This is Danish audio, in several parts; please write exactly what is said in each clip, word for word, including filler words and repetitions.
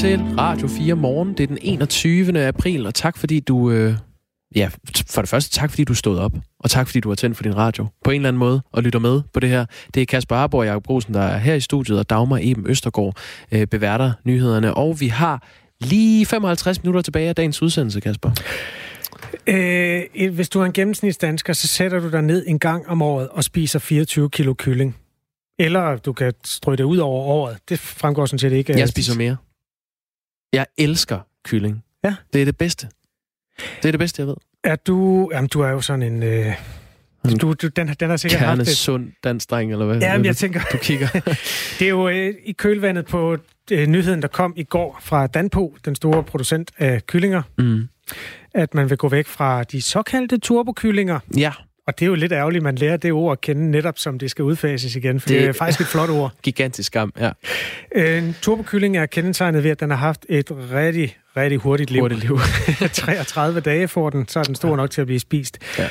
til Radio fire Morgen. Det er den enogtyvende april, og tak fordi du... Øh, ja, for det første, tak fordi du stod op, og tak fordi du har tændt for din radio på en eller anden måde og lytter med på det her. Det er Kasper Harbo og Jacob Grosen, der er her i studiet, og Dagmar Eben Østergaard øh, beværter nyhederne. Og vi har lige femoghalvtreds minutter tilbage af dagens udsendelse, Kasper. Øh, hvis du er en gennemsnitsdansker, så sætter du dig ned en gang om året og spiser fireogtyve kilo kylling. Eller du kan strøge det ud over året. Det fremgår sådan set ikke. Jeg spiser mere. Jeg elsker kylling. Ja. Det er det bedste. Det er det bedste, jeg ved. Er du... Jamen, du er jo sådan en... Øh, du, du, den, den har sikkert haft et... sund dansk dreng, eller hvad? Jamen, jeg tænker... Du kigger. Det er jo øh, i kølvandet på øh, nyheden, der kom i går fra Danpo, den store producent af kyllinger, mm. at man vil gå væk fra de såkaldte turbokyllinger. Ja. Og det er jo lidt ærgerligt, at man lærer det ord at kende netop, som det skal udfases igen, for det, det er faktisk et flot ord. Gigantisk skam, ja. En turbokylling er kendetegnet ved, at den har haft et rigtig, rigtig hurtigt liv. Hurtigt liv. treogtredive dage får den, så er den stor ja. nok til at blive spist. Ja.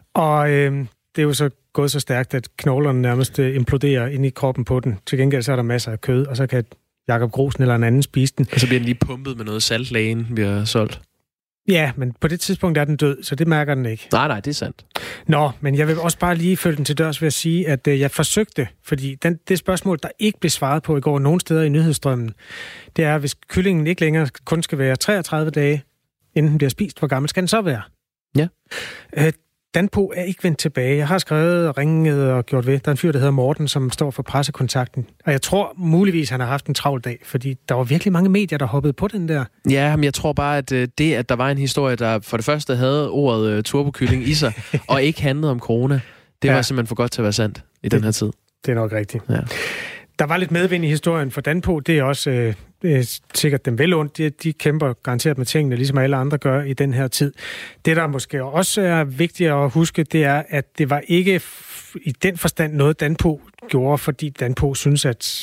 Og øh, det er jo så gået så stærkt, at knoglerne nærmest imploderer ind i kroppen på den. Til gengæld så er der masser af kød, og så kan Jacob Grosen eller en anden spise den. Og så bliver den lige pumpet med noget saltlægen, vi har solgt. Ja, men på det tidspunkt er den død, så det mærker den ikke. Nej, nej, det er sandt. Nå, men jeg vil også bare lige følge den til dørs ved at sige, at øh, jeg forsøgte, fordi den, det spørgsmål, der ikke blev svaret på i går nogen steder i nyhedsstrømmen, det er, hvis kyllingen ikke længere kun skal være treogtredive dage, inden den bliver spist, hvor gammel skal den så være? Ja. Øh, Danpo er ikke vendt tilbage. Jeg har skrevet og ringet og gjort ved. Der er en fyr, der hedder Morten, som står for pressekontakten. Og jeg tror muligvis, han har haft en travl dag, fordi der var virkelig mange medier, der hoppede på den der. Ja, men jeg tror bare, at det, at der var en historie, der for det første havde ordet uh, turbokylling i sig, og ikke handlede om corona, det ja. var simpelthen for godt til at være sandt i det, den her tid. Det er nok rigtigt. Ja. Der var lidt medvind i historien for Danpo. Det er også øh, det er sikkert dem vel ondt. De, de kæmper garanteret med tingene, ligesom alle andre gør i den her tid. Det, der måske også er vigtigt at huske, det er, at det var ikke f- i den forstand noget, Danpo gjorde, fordi Danpo synes, at,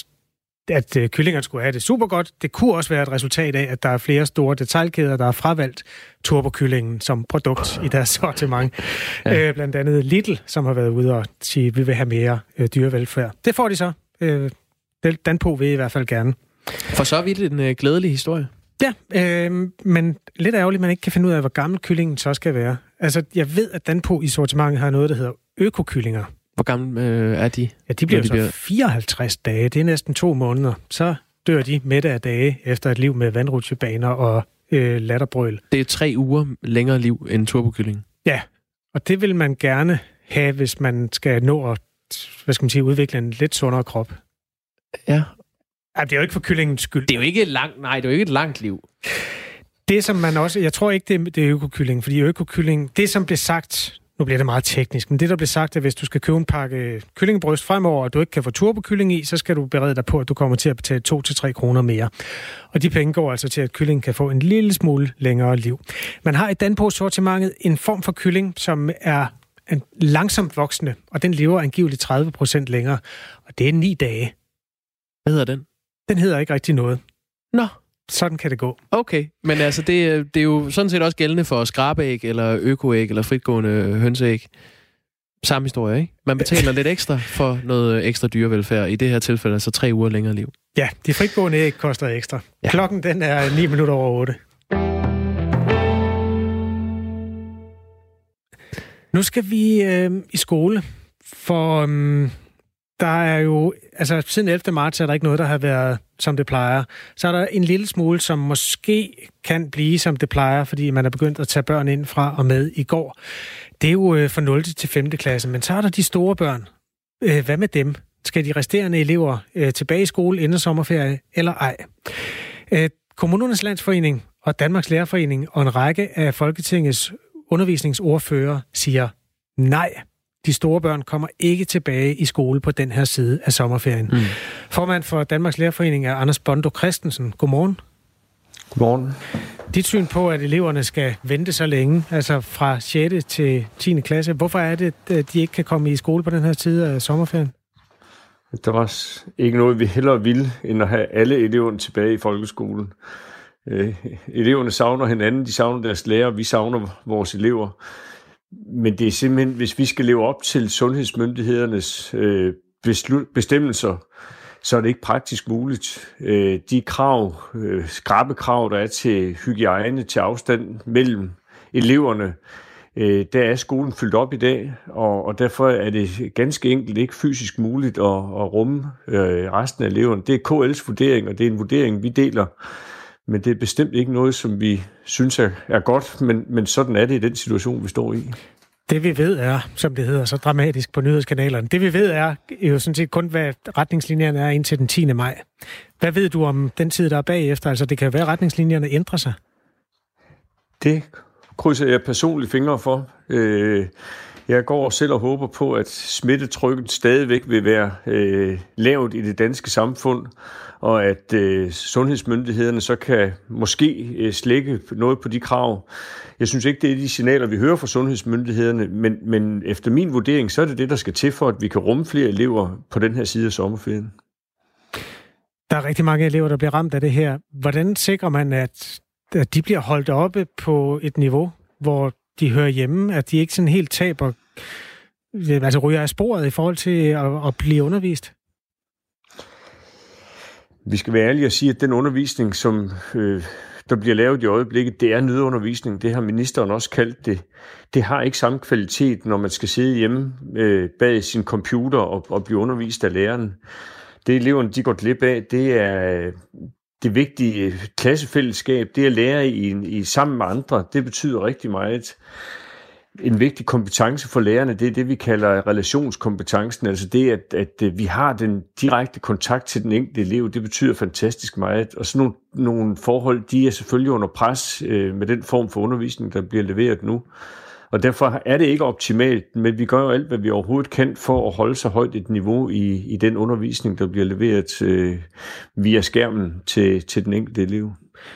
at øh, kyllingerne skulle have det super godt. Det kunne også være et resultat af, at der er flere store detailkæder, der har fravalgt turbokyllingen som produkt i deres sortiment. Ja. Øh, blandt andet Lidl, som har været ude og sige, at vi vil have mere øh, dyrevelfærd. Det får de så. Øh, Danpo vil i hvert fald gerne. For så vidt en øh, glædelig historie. Ja, øh, men lidt ærgerligt, at man ikke kan finde ud af, hvor gammel kyllingen så skal være. Altså, jeg ved, at Danpo i sortimentet har noget, der hedder økokyllinger. Hvor gamle øh, er de? Ja, de bliver de så bliver... fireoghalvtreds dage. Det er næsten to måneder. Så dør de mætte af dage efter et liv med vandrutsjebaner og øh, latterbrøl. Det er tre uger længere liv end turbokylling. Ja, og det vil man gerne have, hvis man skal nå at hvad skal man sige, udvikle en lidt sundere krop. Ja. Ej, det er jo ikke for kyllingens skyld. Det er jo ikke et langt, nej, det er jo ikke et langt liv. Det, som man også... Jeg tror ikke, det er, det er økokylling, fordi økokylling... Det, som blev sagt... Nu bliver det meget teknisk, men det, der blev sagt, er, at hvis du skal købe en pakke kyllingebryst fremover, og du ikke kan få turbokylling i, så skal du berede dig på, at du kommer til at betale to til tre kroner mere. Og de penge går altså til, at kyllingen kan få en lille smule længere liv. Man har i Danpo-sortimentet en form for kylling, som er en langsomt voksende, og den lever angiveligt tredive procent længere. Og det er ni dage. Hvad hedder den? Den hedder ikke rigtig noget. Nå. Sådan kan det gå. Okay, men altså det, det er jo sådan set også gældende for skrabeæg, eller økoæg, eller fritgående hønseæg. Samme historie, ikke? Man betaler lidt ekstra for noget ekstra dyrevelfærd. I det her tilfælde altså tre uger længere liv. Ja, de fritgående æg koster ekstra. Ja. Klokken den er ni minutter over otte. Nu skal vi øh, i skole, for øh, der er jo, altså siden ellevte marts er der ikke noget, der har været, som det plejer. Så er der en lille smule, som måske kan blive, som det plejer, fordi man er begyndt at tage børn ind fra og med i går. Det er jo øh, fra nul til femte klasse, men så er der de store børn. Øh, hvad med dem? Skal de resterende elever øh, tilbage i skole inden sommerferie, eller ej? Øh, Kommunernes Landsforening og Danmarks Lærerforening og en række af Folketingets undervisningsordfører siger nej. De store børn kommer ikke tilbage i skole på den her side af sommerferien. Mm. Formand for Danmarks Lærerforening er Anders Bondo Christensen. Godmorgen. Godmorgen. Dit syn på, at eleverne skal vente så længe, altså fra sjette til tiende klasse. Hvorfor er det, at de ikke kan komme i skole på den her side af sommerferien? Der var ikke noget, vi hellere ville, end at have alle eleverne tilbage i folkeskolen. Øh, eleverne savner hinanden, de savner deres lærere, vi savner vores elever. Men det er simpelthen, hvis vi skal leve op til sundhedsmyndighedernes øh, beslut, bestemmelser, så er det ikke praktisk muligt. Øh, de krav, øh, skrappe krav, der er til hygiejne, til afstand mellem eleverne, øh, der er skolen fyldt op i dag, og, og derfor er det ganske enkelt ikke fysisk muligt at, at rumme øh, resten af eleverne. Det er K L's vurdering, og det er en vurdering, vi deler. Men det er bestemt ikke noget, som vi synes er, er godt, men, men sådan er det i den situation, vi står i. Det vi ved er, som det hedder så dramatisk på nyhedskanalerne, det vi ved er jo sådan set kun, hvad retningslinjerne er indtil den tiende maj. Hvad ved du om den tid, der er bagefter? Altså det kan være, at retningslinjerne ændrer sig. Det krydser jeg personligt fingre for. Jeg går selv og håber på, at smittetrykket stadigvæk vil være øh, lavt i det danske samfund, og at øh, sundhedsmyndighederne så kan måske øh, slække noget på de krav. Jeg synes ikke, det er de signaler, vi hører fra sundhedsmyndighederne, men, men efter min vurdering, så er det det, der skal til for, at vi kan rumme flere elever på den her side af sommerferien. Der er rigtig mange elever, der bliver ramt af det her. Hvordan sikrer man, at, at de bliver holdt oppe på et niveau, hvor de hører hjemme, at de ikke sådan helt taber, altså ryger af sporet i forhold til at, at blive undervist? Vi skal være ærlige og sige, at den undervisning, som øh, der bliver lavet i øjeblikket, det er nødundervisning. Det har ministeren også kaldt det. Det har ikke samme kvalitet, når man skal sidde hjemme øh, bag sin computer og, og blive undervist af læreren. Det eleverne de går glip af, det er det vigtige klassefællesskab, det at lære i, i sammen med andre, det betyder rigtig meget. En vigtig kompetence for lærerne, det er det, vi kalder relationskompetencen, altså det, at, at vi har den direkte kontakt til den enkelte elev, det betyder fantastisk meget. Og sådan nogle, nogle forhold, de er selvfølgelig under pres øh, med den form for undervisning, der bliver leveret nu. Og derfor er det ikke optimalt, men vi gør jo alt, hvad vi overhovedet kan for at holde så højt et niveau i, i den undervisning, der bliver leveret øh, via skærmen til, til den enkelte elev.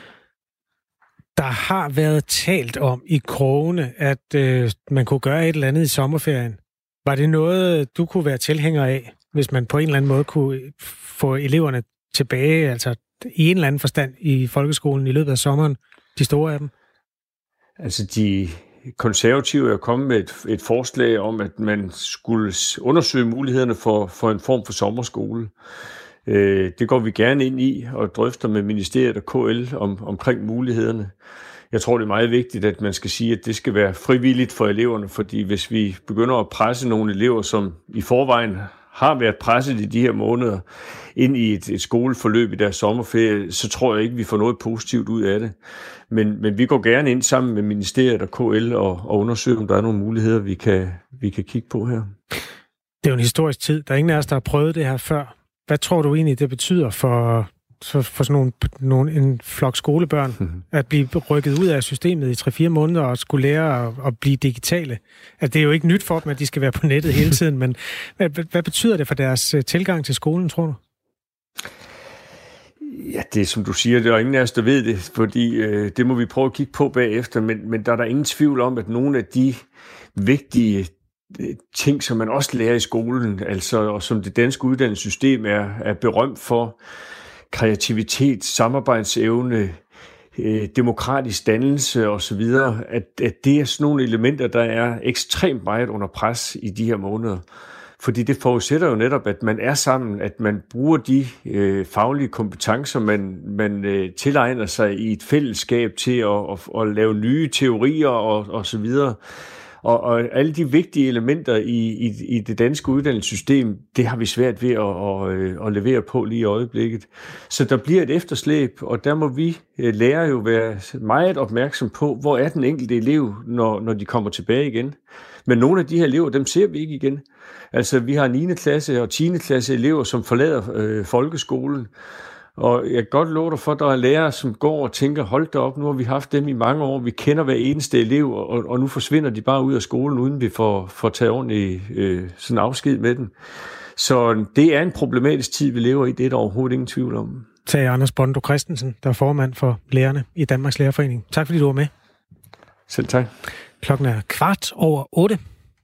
Der har været talt om i krogene, at øh, man kunne gøre et eller andet i sommerferien. Var det noget, du kunne være tilhænger af, hvis man på en eller anden måde kunne få eleverne tilbage, altså i en eller anden forstand i folkeskolen i løbet af sommeren, de store af dem? Altså de konservative er kommet med et, et forslag om, at man skulle undersøge mulighederne for, for en form for sommerskole. Det går vi gerne ind i og drøfter med ministeriet og K L om, omkring mulighederne. Jeg tror, det er meget vigtigt, at man skal sige, at det skal være frivilligt for eleverne, fordi hvis vi begynder at presse nogle elever, som i forvejen har været presset i de her måneder ind i et, et skoleforløb i deres sommerferie, så tror jeg ikke, vi får noget positivt ud af det. Men, men vi går gerne ind sammen med ministeriet og K L og, og undersøger, om der er nogle muligheder, vi kan, vi kan kigge på her. Det er jo en historisk tid. Der er ingen af os, der har prøvet det her før. Hvad tror du egentlig, det betyder for, for, for sådan nogle, nogle, en flok skolebørn, mm-hmm. at blive rykket ud af systemet i tre fire måneder og skulle lære at, at blive digitale? Altså, det er jo ikke nyt for dem, at de skal være på nettet hele tiden, men hvad, hvad betyder det for deres tilgang til skolen, tror du? Ja, det er som du siger, der er ingen af os, der ved det, fordi øh, det må vi prøve at kigge på bagefter, men, men der er der ingen tvivl om, at nogle af de vigtige ting, som man også lærer i skolen, altså, og som det danske uddannelsessystem er, er berømt for, kreativitet, samarbejdsevne, øh, demokratisk dannelse osv., at, at det er sådan nogle elementer, der er ekstremt meget under pres i de her måneder. Fordi det forudsætter jo netop, at man er sammen, at man bruger de øh, faglige kompetencer, man, man øh, tilegner sig i et fællesskab til at, at, at lave nye teorier og, og så videre. Og, og alle de vigtige elementer i, i, i det danske uddannelsessystem, det har vi svært ved at, at, at levere på lige i øjeblikket. Så der bliver et efterslæb, og der må vi lærere jo være meget opmærksom på, hvor er den enkelte elev, når, når de kommer tilbage igen. Men nogle af de her elever, dem ser vi ikke igen. Altså, vi har niende klasse og tiende klasse elever, som forlader øh, folkeskolen. Og jeg kan godt love dig for, at der er lærere, som går og tænker, hold da op, nu har vi haft dem i mange år, vi kender hver eneste elev, og, og nu forsvinder de bare ud af skolen, uden vi får, får taget ordentlig øh, sådan afsked med dem. Så det er en problematisk tid, vi lever i, det er der overhovedet ingen tvivl om. Sagde Anders Bondo Christensen, der er formand for lærerne i Danmarks Lærerforening. Tak fordi du var med. Selv tak. Klokken er kvart over otte.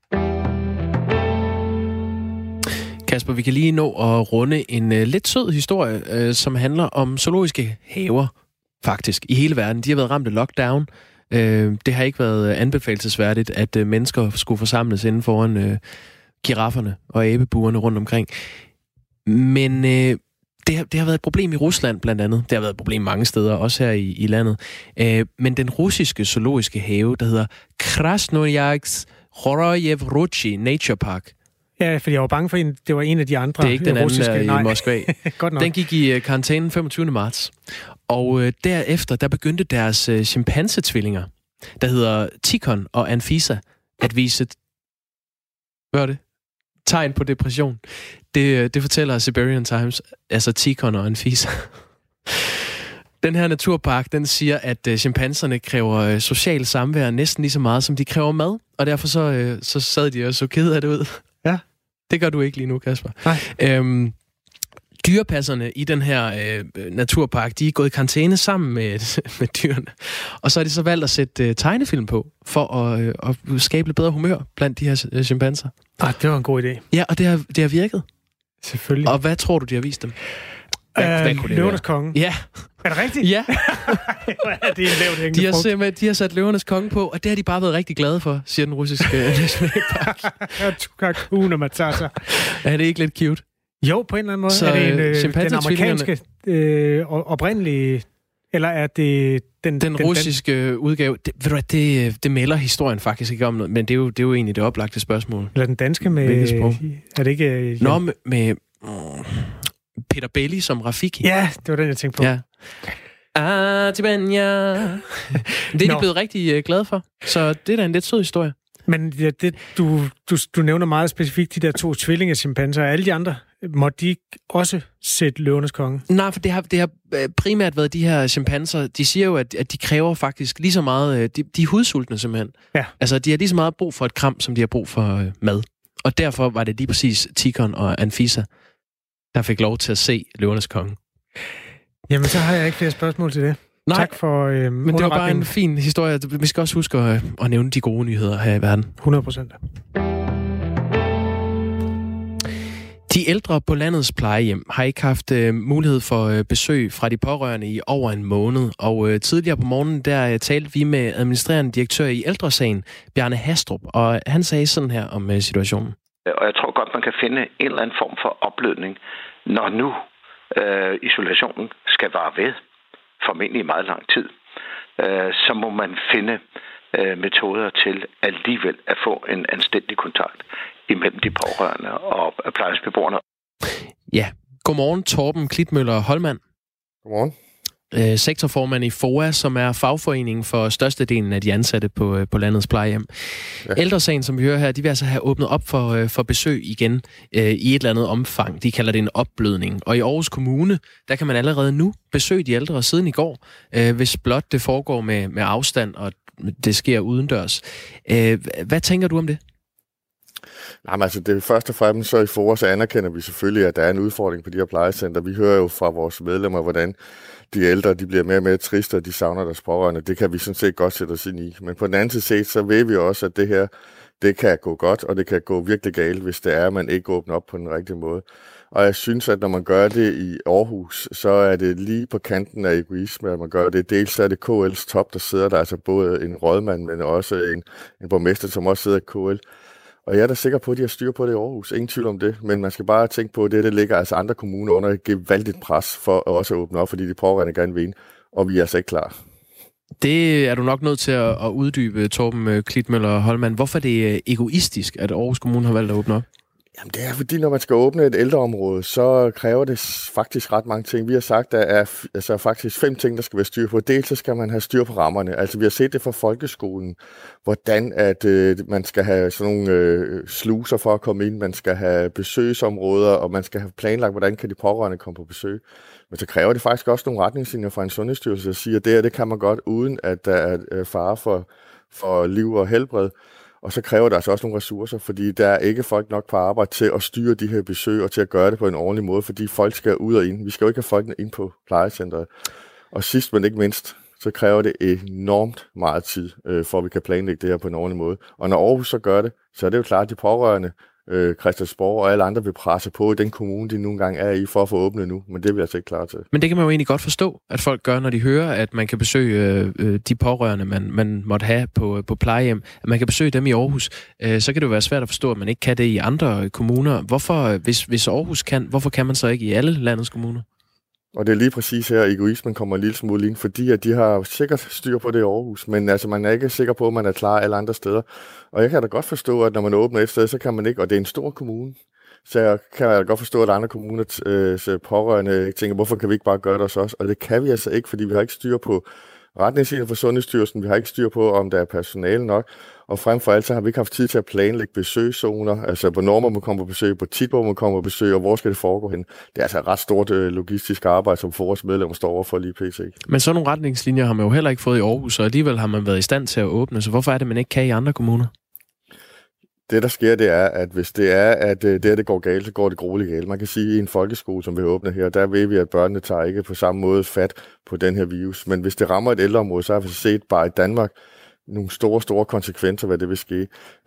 Kasper, vi kan lige nå at runde en uh, lidt sød historie, uh, som handler om zoologiske haver, faktisk, i hele verden. De har været ramt af lockdown. Uh, det har ikke været anbefalelsesværdigt, at uh, mennesker skulle forsamles inden foran uh, girafferne og abebuerne rundt omkring. Men uh, Det har, det har været et problem i Rusland blandt andet. Det har været et problem mange steder, også her i, i landet. Øh, men den russiske zoologiske have, der hedder Krasnojarsk Horojev-Ruchi Nature Park. Ja, fordi jeg var bange for, en, det var en af de andre. Det er ikke den anden der nej. i Moskva. Godt nok. Den gik i uh, karantæne femogtyvende marts. Og uh, derefter, der begyndte deres uh, chimpansetvillinger, der hedder Tikhon og Anfisa, at vise... Hvad er det? Tegn på depression. Det, det fortæller Siberian Times, altså Tikhon og Anfisa. Den her naturpark, den siger, at uh, chimpanserne kræver uh, social samvær næsten lige så meget, som de kræver mad. Og derfor så, uh, så sad de og så ked af det ud. Ja. Det gør du ikke lige nu, Kasper. Nej. Øhm, dyrepasserne i den her øh, naturpark, de er gået i karantæne sammen med, med dyrene. Og så har de så valgt at sætte øh, tegnefilm på, for at, øh, at skabe lidt bedre humør blandt de her øh, chimpanser. Ah, det var en god idé. Ja, og det har, det har virket. Selvfølgelig. Og hvad tror du, de har vist dem? Hvad, øh, Løvernes konge. Ja. Er det rigtigt? Ja. det er en lavt hængende de har frugt. simpelthen, de har sat Løvernes konge på, og det har de bare været rigtig glade for, siger den russiske nationalpark. Tukakuna Matata. Er det ikke lidt cute? Jo, på en eller anden måde. Så, er det en, øh, den amerikanske øh, oprindelige, eller er det den... Den, den russiske den, udgave, det, ved du hvad, det, det melder historien faktisk ikke om noget, men det er jo, det er jo egentlig det oplagte spørgsmål. Eller den danske med... Er det ikke... Øh, Nå, med... med mm, Peter Belli som Rafiki. Ja, det var den, jeg tænkte på. Ja. Ah, Tibania. Det er de blevet rigtig uh, glade for. Så det er da en lidt sød historie. Men ja, det, du, du, du nævner meget specifikt de der to tvillinge-chimpanser, og alle de andre, må de også sætte Løvernes konge? Nej, for det har, det har primært været de her chimpanser. De siger jo, at, at de kræver faktisk lige så meget... De, de er hudsultne simpelthen. Ja. Altså, de har lige så meget brug for et kram, som de har brug for uh, mad. Og derfor var det lige præcis Tikhon og Anfisa, der fik lov til at se Løvernes konge. Jamen, så har jeg ikke flere spørgsmål til det. Nej, tak for øh, men det var bare en fin historie. Vi skal også huske at, at nævne de gode nyheder her i verden. hundrede procent. De ældre på landets plejehjem har ikke haft uh, mulighed for uh, besøg fra de pårørende i over en måned. Og uh, tidligere på morgenen, der uh, talte vi med administrerende direktør i Ældresagen, Bjarne Hastrup, og han sagde sådan her om uh, situationen. Og jeg tror godt, man kan finde en eller anden form for opblødning, når nu øh, isolationen skal vare ved, formentlig i meget lang tid. Øh, så må man finde øh, metoder til alligevel at få en anstændig kontakt imellem de pårørende og plejehjemsbeboerne. Ja, godmorgen Torben Klitmøller Holmand. Godmorgen. Sektorformand i F O A, som er fagforeningen for størstedelen af de ansatte på, på landets plejehjem. Ja. Ældresagen, som vi hører her, de vil altså have åbnet op for, for besøg igen øh, i et eller andet omfang. De kalder det en opblødning. Og i Aarhus Kommune, der kan man allerede nu besøge de ældre siden i går, øh, hvis blot det foregår med, med afstand, og det sker udendørs. Øh, hvad tænker du om det? Jamen, altså, det er først og fremmest så i F O A, så anerkender vi selvfølgelig, at der er en udfordring på de her plejecenter. Vi hører jo fra vores medlemmer, hvordan de ældre, de bliver mere og mere triste, og de savner deres pårørende. Det kan vi sådan set godt sætte os ind i. Men på den anden side, så ved vi også, at det her, det kan gå godt, og det kan gå virkelig galt, hvis det er, at man ikke åbner op på den rigtige måde. Og jeg synes, at når man gør det i Aarhus, så er det lige på kanten af egoisme, at man gør det. Dels er det K L's top, der sidder der, altså både en rådmand, men også en, en borgmester, som også sidder i K L. Og jeg er da sikker på, at de har styr på det i Aarhus. Ingen tvivl om det. Men man skal bare tænke på, at det, det ligger altså andre kommuner under et gevaldigt pres for at også åbne op, fordi de pårørende gerne vil ind. Og vi er altså ikke klar. Det er du nok nødt til at, at uddybe, Torben Klitmøller Holmand. Hvorfor er det egoistisk, at Aarhus Kommune har valgt at åbne op? Jamen det er fordi, når man skal åbne et ældreområde, så kræver det faktisk ret mange ting. Vi har sagt, at der er altså, faktisk fem ting, der skal være styr på. Dels så skal man have styr på rammerne. Altså vi har set det fra folkeskolen, hvordan at øh, man skal have sådan nogle øh, sluser for at komme ind, man skal have besøgsområder, og man skal have planlagt, hvordan kan de pårørende komme på besøg. Men så kræver det faktisk også nogle retningslinjer fra en sundhedsstyrelse, der siger, at det her, det kan man godt, uden at der er øh, fare for, for liv og helbred. Og så kræver det altså også nogle ressourcer, fordi der er ikke folk nok på arbejde til at styre de her besøg og til at gøre det på en ordentlig måde, fordi folk skal ud og ind. Vi skal jo ikke have folkene ind på plejecentret. Og sidst men ikke mindst, så kræver det enormt meget tid, øh, for at vi kan planlægge det her på en ordentlig måde. Og når Aarhus så gør det, så er det jo klart, at de pårørende, øh, Christiansborg og alle andre vil presse på i den kommune, de nogle gange er i, for at få åbnet nu. Men det er vi altså ikke klar til. Men det kan man jo egentlig godt forstå, at folk gør, når de hører, at man kan besøge øh, de pårørende, man, man måtte have på, på plejehjem. At man kan besøge dem i Aarhus. Øh, så kan det jo være svært at forstå, at man ikke kan det i andre kommuner. Hvorfor, hvis, hvis Aarhus kan, hvorfor kan man så ikke i alle landets kommuner? Og det er lige præcis her, at egoismen kommer en lille smule ind, fordi at de har sikkert styr på det i Aarhus, men altså, man er ikke sikker på, at man er klar alle andre steder. Og jeg kan da godt forstå, at når man åbner et sted, så kan man ikke, og det er en stor kommune, så jeg kan da godt forstå, at andre kommuner øh, pårørende tænker, hvorfor kan vi ikke bare gøre det hos os? Og det kan vi altså ikke, fordi vi har ikke styr på retningslinjer for Sundhedsstyrelsen, vi har ikke styr på, om der er personale nok, og frem for alt så har vi ikke haft tid til at planlægge besøgszoner, altså hvornår man må komme på besøg, hvor tit hvor man kommer på besøg, og hvor skal det foregå hen. Det er altså et ret stort øh, logistisk arbejde, som forårsmedlemmer står over for lige pt. Men sådan nogle retningslinjer har man jo heller ikke fået i Aarhus, og alligevel har man været i stand til at åbne, så hvorfor er det, man ikke kan i andre kommuner? Det, der sker, det er, at hvis det er, at det her det går galt, så går det grueligt galt. Man kan sige, at i en folkeskole, som vi åbner her, der ved vi, at børnene tager ikke på samme måde fat på den her virus. Men hvis det rammer et ældreområde, så har vi set bare i Danmark nogle store, store konsekvenser, hvad det vil ske.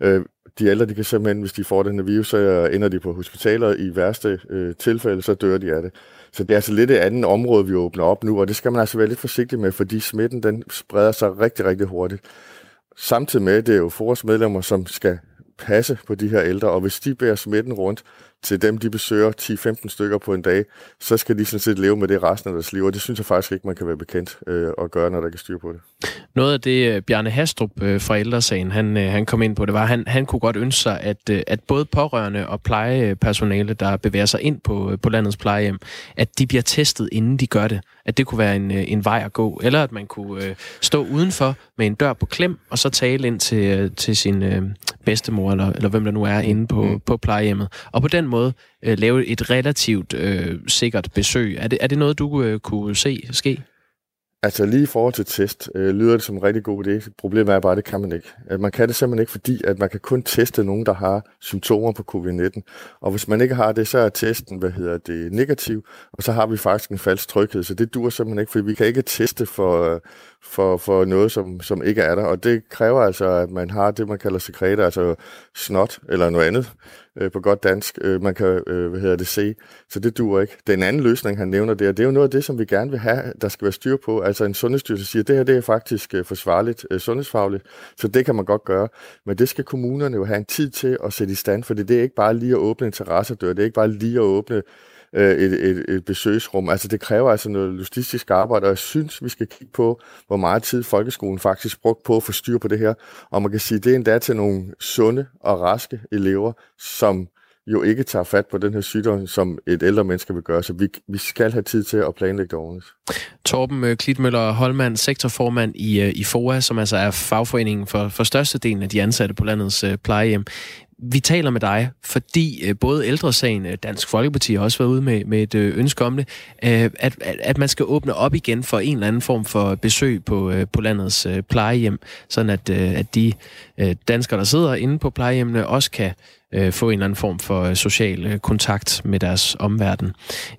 De ældre, de kan simpelthen, hvis de får den her virus, så ender de på hospitaler. I værste øh, tilfælde, så dør de af det. Så det er altså lidt et andet område, vi åbner op nu, og det skal man altså være lidt forsigtig med, fordi smitten den spreder sig rigtig, rigtig hurtigt. Samtidig med, det er jo forårsmedlemmer, som skal passe på de her ældre, og hvis de bærer smitten rundt til dem, de besøger ti til femten stykker på en dag, så skal de sådan set leve med det resten af deres liv, og det synes jeg faktisk ikke, man kan være bekendt øh, at gøre, når der kan styr på det. Noget af det, Bjarne Hastrup fra Ældresagen, han, han kom ind på, det var, at han, han kunne godt ønske sig, at, at både pårørende og plejepersonale, der bevæger sig ind på, på landets plejehjem, at de bliver testet, inden de gør det. At det kunne være en, en vej at gå, eller at man kunne øh, stå udenfor med en dør på klem, og så tale ind til, til sin øh, bedstemor, eller, eller hvem der nu er inde på, mm. på plejehjemmet. Og på den måde øh, lave et relativt øh, sikkert besøg. Er det, er det noget, du øh, kunne se ske? Altså lige i forhold til test, øh, lyder det som en rigtig god idé. Problemet er bare, at det kan man ikke. At man kan det simpelthen ikke, fordi at man kan kun teste nogen, der har symptomer på covid nitten. Og hvis man ikke har det, så er testen, hvad hedder det, negativ, og så har vi faktisk en falsk tryghed. Så det dur simpelthen ikke, fordi vi kan ikke teste for, for, for noget, som, som ikke er der. Og det kræver altså, at man har det, man kalder sekreter, altså snot eller noget andet øh, på godt dansk, øh, man kan, øh, hvad hedder det, se. Så det dur ikke. Den anden løsning, han nævner der, det er jo noget af det, som vi gerne vil have, der skal være styr på. Altså en sundhedsstyrelse siger, at det her det er faktisk øh, forsvarligt øh, sundhedsfagligt, så det kan man godt gøre. Men det skal kommunerne jo have en tid til at sætte i stand, for det er ikke bare lige at åbne en terrassedør, det er ikke bare lige at åbne øh, et, et, et besøgsrum. Altså det kræver altså noget logistisk arbejde, og jeg synes, vi skal kigge på, hvor meget tid folkeskolen faktisk brugt på at få styr på det her. Og man kan sige, det er endda til nogle sunde og raske elever, som jo ikke tager fat på den her sygdom, som et ældre menneske vil gøre. Så vi, vi skal have tid til at planlægge det ordentligt. Torben Klitmøller Holmann, sektorformand i, i F O A, som altså er fagforeningen for, for størstedelen af de ansatte på landets plejehjem. Vi taler med dig, fordi både Ældresagen, Dansk Folkeparti har også været ude med, med et ønske om det, at, at man skal åbne op igen for en eller anden form for besøg på, på landets plejehjem, sådan at, at de danskere, der sidder inde på plejehjemmene, også kan få en eller anden form for social kontakt med deres omverden.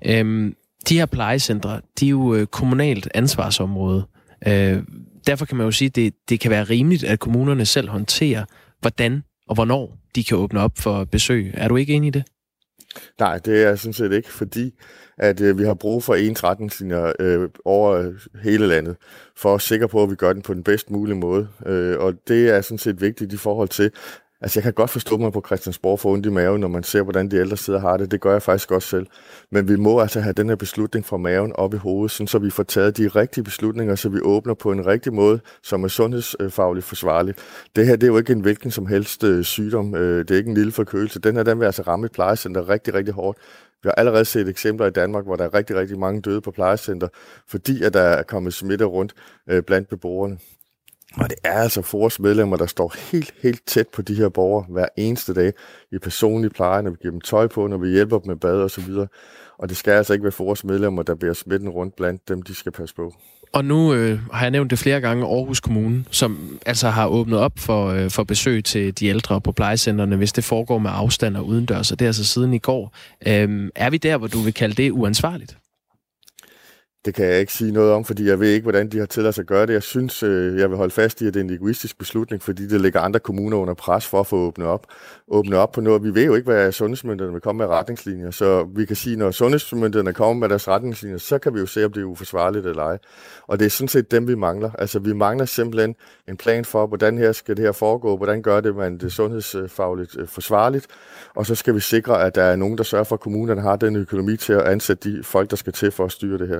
De her plejecentre, de er jo kommunalt ansvarsområde. Derfor kan man jo sige, at det, det kan være rimeligt, at kommunerne selv håndterer, hvordan og hvornår de kan åbne op for besøg. Er du ikke enig i det? Nej, det er jeg sådan set ikke, fordi at øh, vi har brug for ens retningslinjer øh, over hele landet, for at sikre på, at vi gør den på den bedst mulige måde. Øh, og det er sådan set vigtigt i forhold til, altså jeg kan godt forstå mig på Christiansborg for ondt i maven, når man ser, hvordan de ældre sidder har det. Det gør jeg faktisk også selv. Men vi må altså have den her beslutning fra maven op i hovedet, sådan, så vi får taget de rigtige beslutninger, så vi åbner på en rigtig måde, som er sundhedsfagligt forsvarligt. Det her det er jo ikke en hvilken som helst øh, sygdom. Øh, det er ikke en lille forkølelse. Den her den vil altså ramme et plejecenter rigtig, rigtig hårdt. Vi har allerede set eksempler i Danmark, hvor der er rigtig, rigtig mange døde på plejecenter, fordi at der er kommet smitte rundt øh, blandt beboerne. Og det er altså forårsmedlemmer, der står helt, helt tæt på de her borgere hver eneste dag i personlig pleje, når vi giver dem tøj på, når vi hjælper dem med bad og så videre. Og det skal altså ikke være forårsmedlemmer, der bærer smitten rundt blandt dem, de skal passe på. Og nu øh, har jeg nævnt det flere gange, Aarhus Kommune, som altså har åbnet op for, øh, for besøg til de ældre på plejecentrene, hvis det foregår med afstand og udendørs, og det er altså siden i går. Øh, er vi der, hvor du vil kalde det uansvarligt? Det kan jeg ikke sige noget om, fordi jeg ved ikke, hvordan de har tilladt sig at gøre det. Jeg synes, jeg vil holde fast i, at det er en egoistisk beslutning, fordi det ligger andre kommuner under pres for at få åbnet op. Åbnet op på noget. Vi ved jo ikke, hvad sundhedsmyndighederne vil komme med retningslinjer, så vi kan sige, når sundhedsmyndighederne kommer med deres retningslinjer, så kan vi jo se, om det er uforsvarligt eller ej. Og det er sådan set dem, vi mangler. Altså, vi mangler simpelthen en plan for, hvordan her skal det her foregå, hvordan gør det man det sundhedsfagligt forsvarligt, og så skal vi sikre, at der er nogen, der sørger for, at kommunerne har den økonomi til at ansætte de folk, der skal til for at styre det her.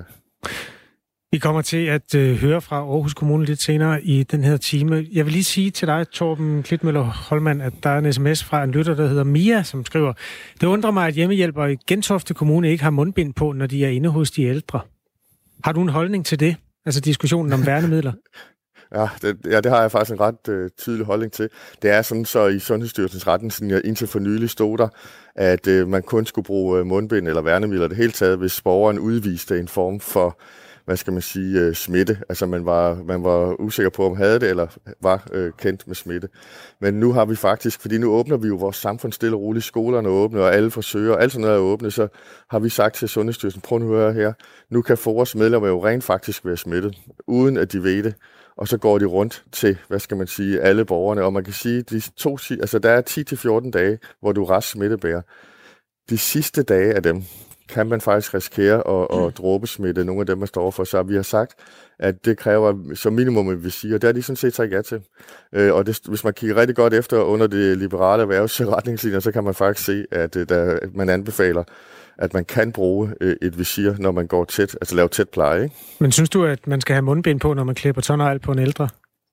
Vi kommer til at øh, høre fra Aarhus Kommune lidt senere i den her time. Jeg vil lige sige til dig, Torben Klitmøller Holmann, at der er en sms fra en lytter, der hedder Mia, som skriver: Det undrer mig, at hjemmehjælpere i Gentofte Kommune ikke har mundbind på, når de er inde hos de ældre. Har du en holdning til det? Altså diskussionen om værnemidler? Ja, det, ja, det har jeg faktisk en ret øh, tydelig holdning til. Det er sådan, så i Sundhedsstyrelsens retningslinjer indtil for nylig stod der, at øh, man kun skulle bruge øh, mundbind eller værnemidler det hele taget, hvis borgeren udviste en form for, hvad skal man sige, øh, smitte. Altså man var, man var usikker på, om havde det eller var øh, kendt med smitte. Men nu har vi faktisk, fordi nu åbner vi jo vores samfund stille og roligt, skolerne åbne, og alle forsøger, alt sådan noget er åbne, så har vi sagt til Sundhedsstyrelsen, prøv nu at høre her, nu kan vores medlemmer jo rent faktisk være smittet, uden at de ved det. Og så går de rundt til, hvad skal man sige, alle borgerne. Og man kan sige, de to, altså der er ti til fjorten dage, hvor du er rask smittebærer. De sidste dage af dem kan man faktisk risikere at, at dråbesmitte nogle af dem, man står for. Så vi har sagt, at det kræver som minimum et visir. Det har de sådan set sagt ja til. Og det, hvis man kigger rigtig godt efter under det liberale erhvervsretningslinjer, så kan man faktisk se, at, der, at man anbefaler, at man kan bruge et visir, når man går tæt, altså lave tæt pleje. Ikke? Men synes du, at man skal have mundbind på, når man klipper tånegl på en ældre?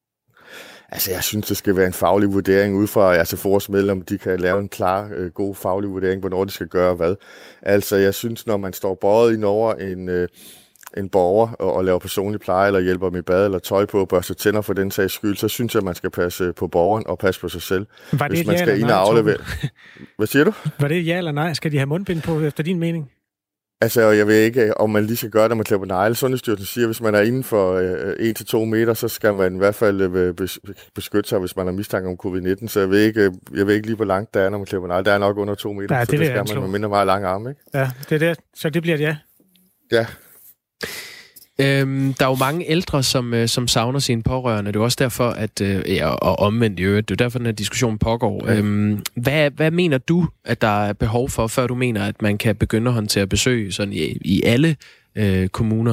Altså, jeg synes, det skal være en faglig vurdering ud fra, altså vores medlemmer, de kan lave en klar, øh, god faglig vurdering, hvornår de skal gøre hvad. Altså, jeg synes, når man står bøjet ind over en, øh, en borger og, og laver personlig pleje, eller hjælper med bad eller tøj på, og børster tænder for den sags skyld, så synes jeg, man skal passe på borgeren og passe på sig selv. Var det hvis man ja skal ind og aflevere. Hvad siger du? Var det ja eller nej? Skal de have mundbind på, efter din mening? Altså, jeg ved ikke, om man lige skal gøre det, når man klipper negle. Sundhedsstyrelsen siger, at hvis man er inden for øh, en til to meter, så skal man i hvert fald øh, beskytte sig, hvis man har mistanke om covid nitten. Så jeg ved ikke, jeg ved ikke lige, hvor langt der er, når man klipper negle. Der er nok under to meter, ja, så det, det skal man med mindre meget lang arm, ikke? Ja, det er det. Så det bliver et ja? Ja. Øhm, der er jo mange ældre, som, øh, som savner sine pårørende. Det er også derfor, at, øh, ja, og omvendt i øvrigt, det er derfor, den her diskussion pågår. Ja. Øhm, hvad, hvad mener du, at der er behov for, før du mener, at man kan begynde at håndtere besøg sådan i, i alle øh, kommuner?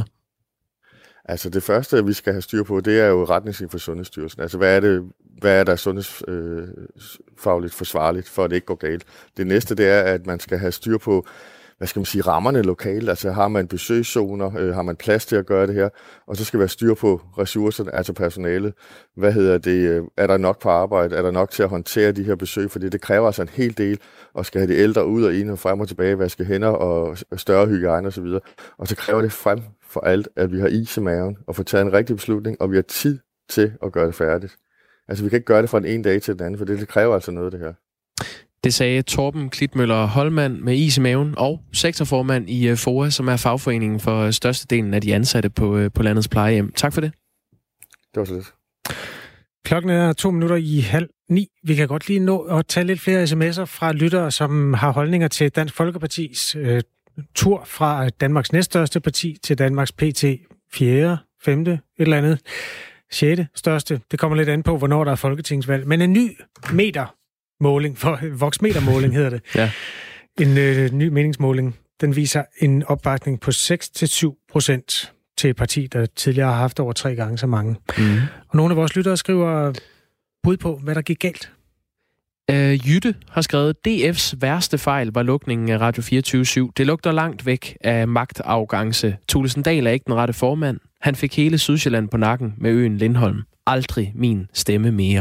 Altså det første, vi skal have styr på, det er jo retningslinjer for Sundhedsstyrelsen. Altså hvad er det, hvad er der sundhedsfagligt øh, forsvarligt, for at det ikke går galt? Det næste, det er, at man skal have styr på, hvad skal man sige, rammerne lokalt, altså har man besøgszoner, øh, har man plads til at gøre det her, og så skal være styr på ressourcerne, altså personalet. Hvad hedder det, er der nok på arbejde, er der nok til at håndtere de her besøg, fordi det kræver altså en hel del, og skal have de ældre ud og ind og frem og tilbage, vaske hænder og større hygiejne osv. Og så kræver det frem for alt, at vi har is i maven, og får taget en rigtig beslutning, og vi har tid til at gøre det færdigt. Altså vi kan ikke gøre det fra den ene dag til den anden, for det, det kræver altså noget, det her. Det sagde Torben Klitmøller Holmann med is i maven og sektorformand i F O A, som er fagforeningen for størstedelen af de ansatte på, på landets plejehjem. Tak for det. Det var så lidt. Klokken er to minutter i halv ni. Vi kan godt lige nå at tage lidt flere sms'er fra lyttere, som har holdninger til Dansk Folkepartis øh, tur fra Danmarks næststørste parti til Danmarks P T fjerde, femte, et eller andet, sjette største. Det kommer lidt an på, hvornår der er folketingsvalg. Men en ny meter måling, for voksmetermåling hedder det. Ja. En øh, ny meningsmåling, den viser en opbakning på seks til syv procent til et parti, der tidligere har haft over tre gange så mange. Mm. Og nogle af vores lyttere skriver bud på, hvad der gik galt. Øh, Jytte har skrevet, D F's værste fejl var lukningen af Radio fireogtyve syv. Det lugter langt væk af magtarrogance. Thulesen Dahl er ikke den rette formand. Han fik hele Sydsjælland på nakken med øen Lindholm. Aldrig min stemme mere.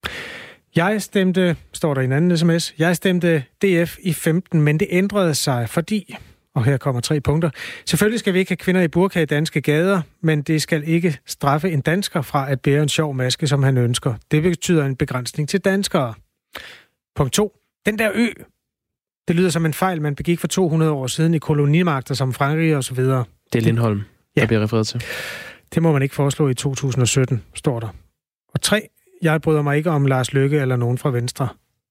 Jeg stemte, står der i en anden sms, jeg stemte D F i femten, men det ændrede sig, fordi, og her kommer tre punkter, selvfølgelig skal vi ikke have kvinder i burka i danske gader, men det skal ikke straffe en dansker fra at bære en sjov maske, som han ønsker. Det betyder en begrænsning til danskere. Punkt to. Den der ø, det lyder som en fejl, man begik for to hundrede år siden i kolonimagter som Frankrig og så videre. Det er Lindholm, ja. Der bliver refereret til. Det må man ikke foreslå i to tusind og sytten, står der. Og tre. Jeg bryder mig ikke om Lars Løkke eller nogen fra Venstre.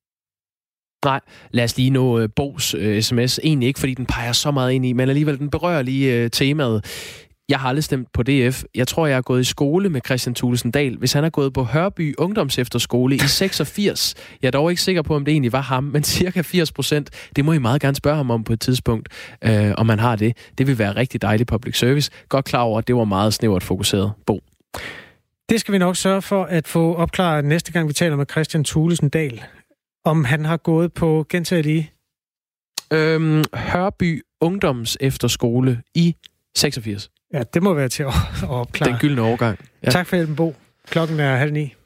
Nej, lad os lige nå uh, Bo's uh, sms. Egentlig ikke, fordi den peger så meget ind i, men alligevel den berører lige uh, temaet. Jeg har aldrig stemt på D F. Jeg tror, jeg er gået i skole med Kristian Thulesen Dahl. Hvis han er gået på Hørby Ungdomsefterskole i seksogfirs, jeg er dog ikke sikker på, om det egentlig var ham, men cirka firs procent, det må I meget gerne spørge ham om på et tidspunkt, øh, om man har det. Det vil være rigtig dejligt public service. Godt klar over, at det var meget snævert fokuseret. Bo. Det skal vi nok sørge for at få opklaret næste gang, vi taler med Kristian Thulesen Dahl. Om han har gået på, gentag lige. Øhm, Hørby Ungdomsefterskole i seksogfirs. Ja, det må være til at, at opklare. Den gyldne overgang. Ja. Tak for hjælpen, Bo. Klokken er halv ni.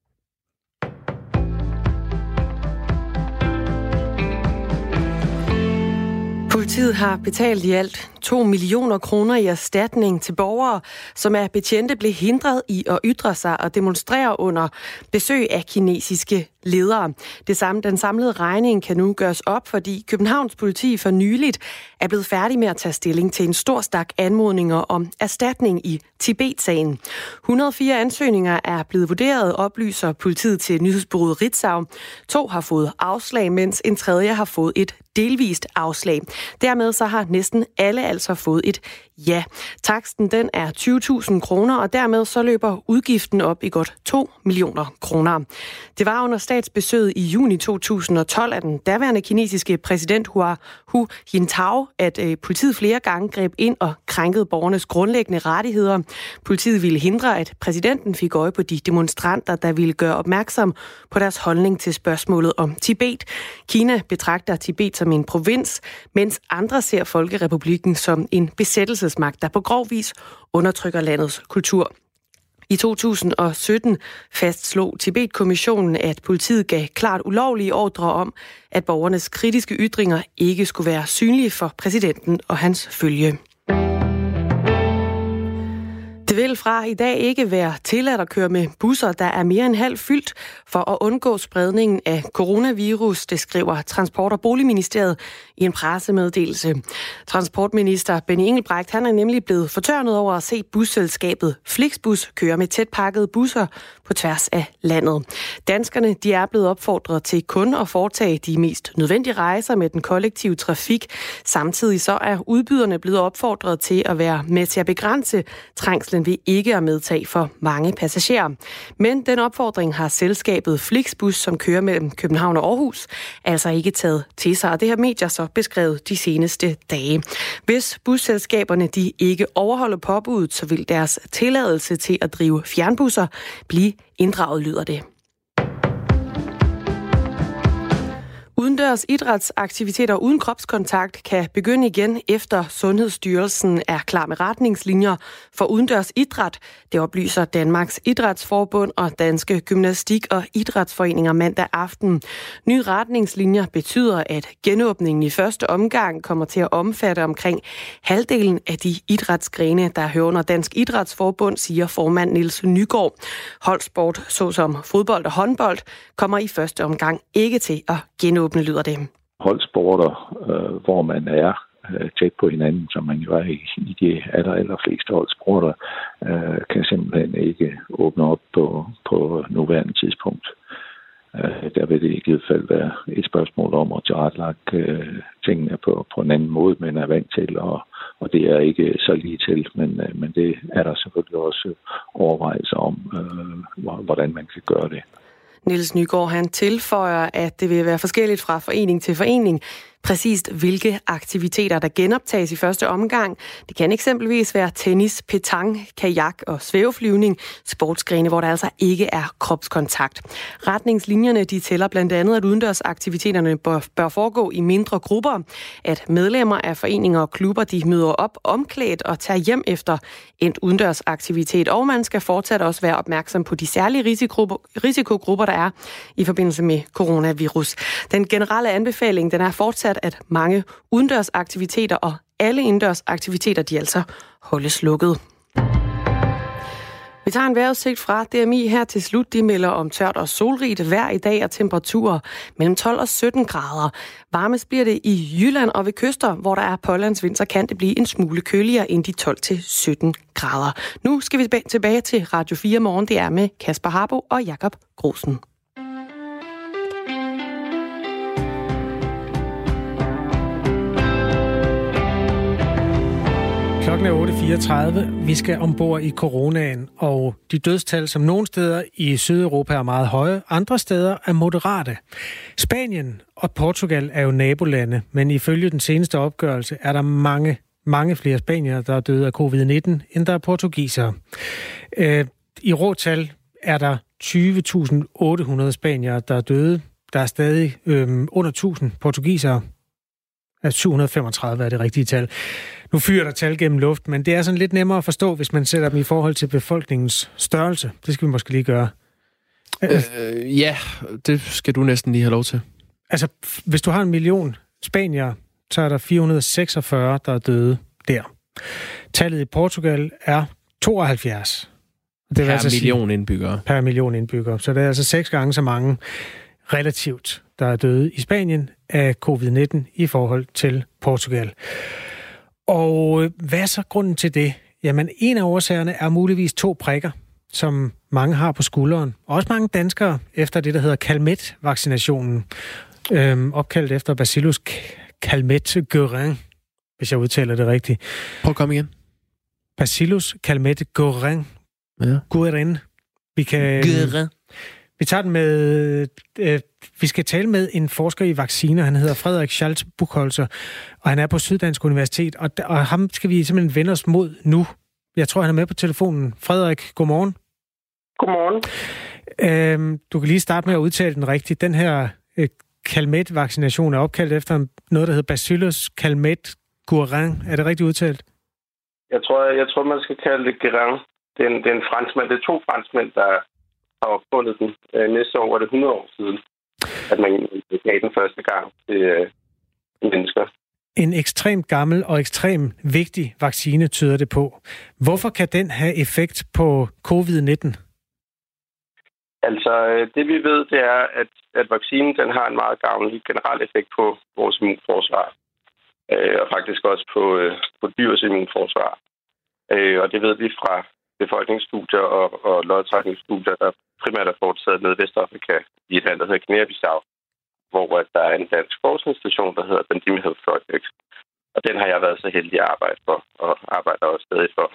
Politiet har betalt i alt to millioner kroner i erstatning til borgere, som af betjente blev hindret i at ytre sig og demonstrere under besøg af kinesiske ledere. Det samme, den samlede regning kan nu gøres op, fordi Københavns politi for nyligt er blevet færdig med at tage stilling til en stor stak anmodninger om erstatning i Tibet-sagen. et hundrede og fire ansøgninger er blevet vurderet, oplyser politiet til nyhedsbureauet Ritzau. To har fået afslag, mens en tredje har fået et delvist afslag. Dermed så har næsten alle altså fået et ja. Taksten den er tyve tusind kroner, og dermed så løber udgiften op i godt to millioner kroner. Det var under statsbesøget i juni to tusind og tolv af den daværende kinesiske præsident Hu Jintao, at øh, politiet flere gange greb ind og krænkede borgernes grundlæggende rettigheder. Politiet ville hindre, at præsidenten fik øje på de demonstranter, der ville gøre opmærksom på deres holdning til spørgsmålet om Tibet. Kina betragter Tibet som en provins, mens andre ser Folkerepublikken som en besættelsesmagt, der på grov vis undertrykker landets kultur. I to tusind og sytten fastslog Tibet-kommissionen, at politiet gav klart ulovlige ordre om, at borgernes kritiske ytringer ikke skulle være synlige for præsidenten og hans følge. Det vil fra i dag ikke være tilladt at køre med busser, der er mere end halvt fyldt, for at undgå spredningen af coronavirus, det skriver Transport- og Boligministeriet i en pressemeddelelse. Transportminister Benny Engelbrecht, han er nemlig blevet fortørnet over at se busselskabet Flixbus køre med tæt pakkede busser på tværs af landet. Danskerne, de er blevet opfordret til kun at foretage de mest nødvendige rejser med den kollektive trafik. Samtidig så er udbyderne blevet opfordret til at være med til at begrænse trængslen ved ikke at medtage for mange passagerer. Men den opfordring har selskabet Flixbus, som kører mellem København og Aarhus, altså ikke taget til sig, og det har medier så beskrevet de seneste dage. Hvis busselskaberne de ikke overholder påbuddet, så vil deres tilladelse til at drive fjernbusser blive inddraget, lyder det. Udendørs idrætsaktiviteter uden kropskontakt kan begynde igen, efter Sundhedsstyrelsen er klar med retningslinjer for udendørs idræt. Det oplyser Danmarks Idrætsforbund og Danske Gymnastik- og Idrætsforeninger mandag aften. Nye retningslinjer betyder, at genåbningen i første omgang kommer til at omfatte omkring halvdelen af de idrætsgrene, der hører under Dansk Idrætsforbund, siger formand Niels Nygaard. Holdsport, såsom fodbold og håndbold, kommer i første omgang ikke til at genåbne. Lyder det. Holdsporter, øh, hvor man er øh, tæt på hinanden, som man jo er i, i de aller, aller fleste holdsporter, øh, kan simpelthen ikke åbne op på, på nuværende tidspunkt. Øh, der vil det i givet fald være et spørgsmål om at tilrettelægge øh, tingene på, på en anden måde, man er vant til, og, og det er ikke så lige til, men, øh, men det er der selvfølgelig også overvejelser om, øh, hvordan man kan gøre det. Niels Nygaard, han tilføjer, at det vil være forskelligt fra forening til forening, præcist hvilke aktiviteter, der genoptages i første omgang. Det kan eksempelvis være tennis, petang, kajak og svæveflyvning, sportsgrene, hvor der altså ikke er kropskontakt. Retningslinjerne de tæller blandt andet, at udendørsaktiviteterne bør, bør foregå i mindre grupper, at medlemmer af foreninger og klubber de møder op omklædt og tager hjem efter endt udendørsaktivitet, og man skal fortsat også være opmærksom på de særlige risikogrupper, risikogrupper der er i forbindelse med coronavirus. Den generelle anbefaling den er fortsat, at mange udendørsaktiviteter og alle indendørsaktiviteter, de altså holdes lukket. Vi tager en vejrudsigt fra D M I her til slut. De melder om tørt og solrigt vejr i dag og temperaturer mellem tolv og sytten grader. Varmest bliver det i Jylland og ved kyster, hvor der er pålandsvind, så kan det blive en smule køligere end de tolv til sytten grader. Nu skal vi tilbage til Radio fire morgen. Det er med Kasper Harbo og Jakob Grosen. Klokken Klokken er otte fireogtredive. Vi skal ombord i coronaen, og de dødstal, som nogle steder i Sydeuropa er meget høje, andre steder er moderate. Spanien og Portugal er jo nabolande, men ifølge den seneste opgørelse er der mange, mange flere spaniere, der er døde af covid nitten, end der er portugisere. Øh, I råtal er der tyve tusind otte hundrede spaniere, der er døde. Der er stadig øh, under tusind portugisere. syv hundrede og femogtredive er det rigtige tal. Nu fyrer der tal gennem luft, men det er sådan lidt nemmere at forstå, hvis man sætter dem i forhold til befolkningens størrelse. Det skal vi måske lige gøre. Øh, ja, det skal du næsten lige have lov til. Altså, hvis du har en million spaniere, så er der fire hundrede og seksogfyrre, der er døde der. Tallet i Portugal er tooghalvfjerds. Det per altså million sige, indbyggere. Per million indbyggere. Så det er altså seks gange så mange relativt, der er døde i Spanien af covid nitten i forhold til Portugal. Og hvad er så grunden til det? Jamen, en af årsagerne er muligvis to prikker, som mange har på skulderen. Også mange danskere efter det, der hedder Calmette-vaccinationen. Øhm, opkaldt efter Bacillus Calmette-Guerin, hvis jeg udtaler det rigtigt. Prøv at komme igen. Bacillus Calmette-Guerin. Ja. Guerin. Vi kan... Guerin. Vi tager den med... Øh, vi skal tale med en forsker i vacciner. Han hedder Frederik Schultz Buchholzer, og han er på Syddansk Universitet. Og, og ham skal vi simpelthen vende os mod nu. Jeg tror, han er med på telefonen. Frederik, godmorgen. Godmorgen. Øhm, du kan lige starte med at udtale den rigtigt. Den her øh, Calmette-vaccination er opkaldt efter noget, der hedder Bacillus Calmette-Guerin. Er det rigtigt udtalt? Jeg tror, jeg tror man skal kalde det Guerin. Det er en, det er en franskmand. Det er to franskmænd, der har opfundet den. Øh, næste år var det hundrede år siden, at man gav den første gang til øh, mennesker. En ekstremt gammel og ekstremt vigtig vaccine tyder det på. Hvorfor kan den have effekt på covid nitten? Altså, det vi ved, det er, at, at vaccinen den har en meget gavnlig generel effekt på vores immunforsvar. Øh, og faktisk også på, øh, på dyrs immunforsvar. Øh, og det ved vi fra befolkningsstudier og, og lodtrækningsstudier, der primært er foretaget nede i Vestafrika i et land, der hedder Guinea-Bissau, hvor der er en dansk forskningsstation, der hedder Pandemic Health Project. Og den har jeg været så heldig at arbejde for, og arbejder også stadig for.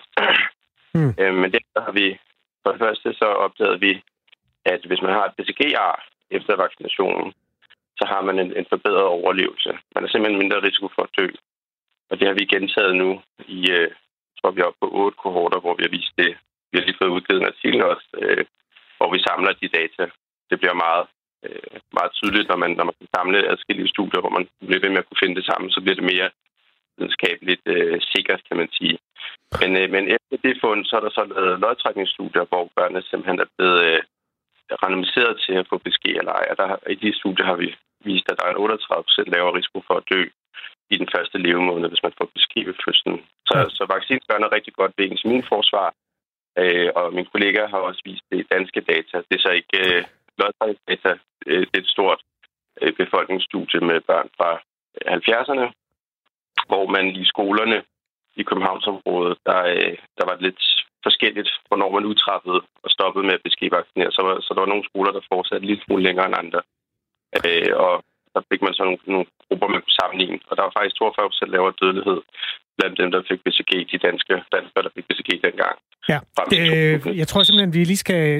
Mm. Øh, men der har vi, for det første så opdagede vi, at hvis man har et B C G-ar efter vaccinationen, så har man en, en forbedret overlevelse. Man er simpelthen mindre risiko for at dø. Og det har vi gentaget nu i, øh, jeg tror vi er oppe på otte kohorter, hvor vi har vist det. Vi har lige fået udgivet en artikel også, øh, hvor vi samler de data. Det bliver meget, øh, meget tydeligt, når man, når man kan samle adskillige studier, hvor man bliver ved med at kunne finde det samme, så bliver det mere videnskabeligt øh, sikkert, kan man sige. Men, øh, men efter det fund, så er der så lavet lodtrækningsstudier, hvor børnene simpelthen er blevet øh, randomiseret til at få B C G eller ej. Og der, i de studier har vi vist, at der er en otteogtredive procent lavere risiko for at dø i den første levemåned, hvis man får B C G ved fødslen. Så, ja. så vaccinen gør noget rigtig godt ved ens immunforsvar. Øh, og min kollega har også vist det i danske data. Det er så ikke øh, lodtrækningsdata. Øh, det er et stort øh, befolkningsstudie med børn fra halvfjerdserne, hvor man i skolerne i Københavnsområdet, der, øh, der var lidt forskelligt, hvornår man udtrappede og stoppede med at B C G-vaccinere. Så, så der var nogle skoler, der fortsatte lidt smule længere end andre. Øh, og der fik man så nogle, nogle grupper, man kunne sammenligne. Og der var faktisk toogfyrre procent lavere dødelighed blandt dem, der fik B C G, de danske danskere, der fik B C G dengang. Ja, øh, jeg tror simpelthen, vi lige skal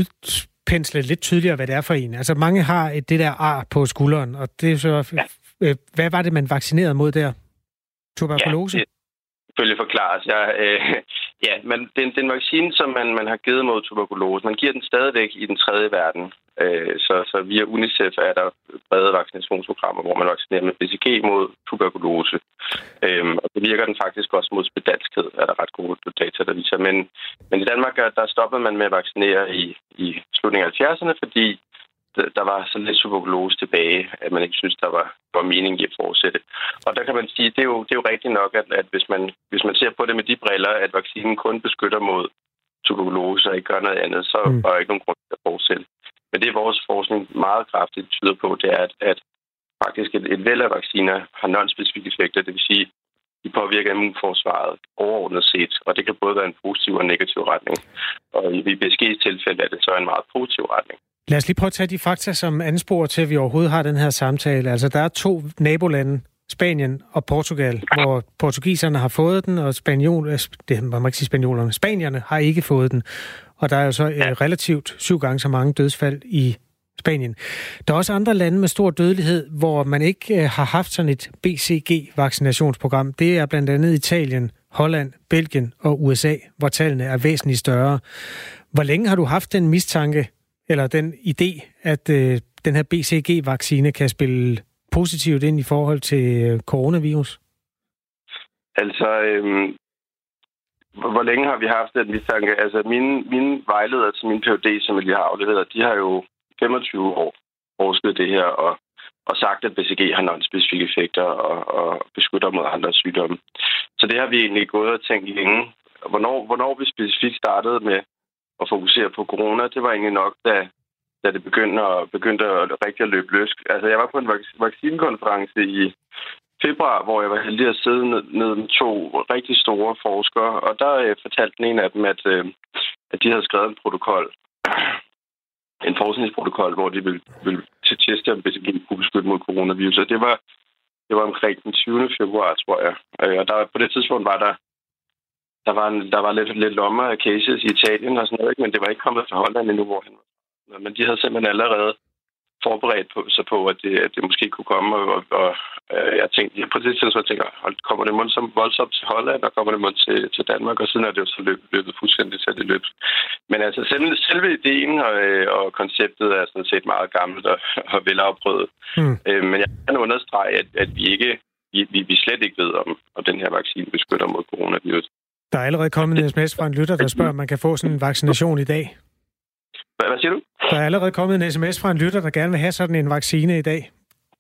udpensle lidt tydeligere, hvad det er for en. Altså mange har et, det der ar på skulderen, og det er så... Ja. Øh, hvad var det, man vaccinerede mod der? Tuberkulose? Ja, det selvfølgelig forklares. Ja, øh, ja men det, det er en vaccine, som man, man har givet mod tuberkulose. Man giver den stadigvæk i den tredje verden. Øh, så, så via UNICEF er der brede vaccinationsprogrammer, hvor man vaccinerer med B C G mod tuberkulose. Øh, og det virker den faktisk også mod spedalskhed, er der ret gode data, der viser. Men, men i Danmark, der stoppede man med at vaccinere i, i slutningen af halvfjerdserne, fordi der var så lidt tuberkulose tilbage, at man ikke synes, der var, var mening i at fortsætte. Og der kan man sige, det er jo, det er jo rigtigt nok, at, at hvis, man, hvis man ser på det med de briller, at vaccinen kun beskytter mod tuberkulose og ikke gør noget andet, så mm. er der ikke nogen grund til at fortsætte. Men det vores forskning meget kraftigt tyder på, det er, at, at faktisk et, et væld af vacciner har non-specifikke effekter, det vil sige, de påvirker immunforsvaret overordnet set, og det kan både være en positiv og en negativ retning. Og i B C G's tilfælde er det så en meget positiv retning. Lad os lige prøve at tage de fakta som anspor til, at vi overhovedet har den her samtale. Altså, der er to nabolande, Spanien og Portugal, hvor portugiserne har fået den, og spanjol, det må man ikke sige spanjolerne, spanierne har ikke fået den. Og der er jo så ja. relativt syv gange så mange dødsfald i Spanien. Der er også andre lande med stor dødelighed, hvor man ikke har haft sådan et B C G-vaccinationsprogram. Det er blandt andet Italien, Holland, Belgien og U S A, hvor tallene er væsentligt større. Hvor længe har du haft den mistanke, eller den idé, at øh, den her B C G-vaccine kan spille positivt ind i forhold til øh, coronavirus? Altså, øhm, hvor længe har vi haft den mistanke? Altså, mine, mine vejledere til min P H D, som jeg lige har afleveret, de har jo femogtyve år forsket det her, og, og sagt, at B C G har non-specifikke effekter og, og beskytter mod andre sygdomme. Så det har vi egentlig gået og tænkt længe. Hvornår, hvornår vi specifikt startede med at fokusere på corona, det var egentlig nok, da, da det begyndte at, begyndte at rigtig at løbe løs. Altså, jeg var på en vaccinekonference i februar, hvor jeg var heldig at sidde ned, ned med to rigtig store forskere, og der øh, fortalte den ene af dem, at, øh, at de havde skrevet en protokol, en forskningsprotokol, hvor de ville, ville teste, om B C G kunne beskytte mod coronavirus. Og det var, det var omkring den tyvende februar, tror jeg. Og der, på det tidspunkt var der, der var, en, der var lidt, lidt lommer af cases i Italien og sådan noget, men det var ikke kommet til Holland endnu, hvor han var. Men de havde simpelthen allerede forberedt på, sig på, at det, at det måske kunne komme, og, og, og jeg tænkte, jeg på det tidspunkt tænker, kommer det voldsomt til Holland, og kommer det mod til, til Danmark, og siden er det jo så løbet, løbet fuldstændig til det løb. Men altså, selve, selve ideen og, og konceptet er sådan set meget gammelt og, og velafprøvet. Mm. Øh, men jeg kan understrege, at, at vi ikke, vi, vi slet ikke ved, om, om den her vaccine beskytter mod coronavirus. Der er allerede kommet en sms fra en lytter, der spørger, om man kan få sådan en vaccination i dag. Hvad siger du? Der er allerede kommet en sms fra en lytter, der gerne vil have sådan en vaccine i dag.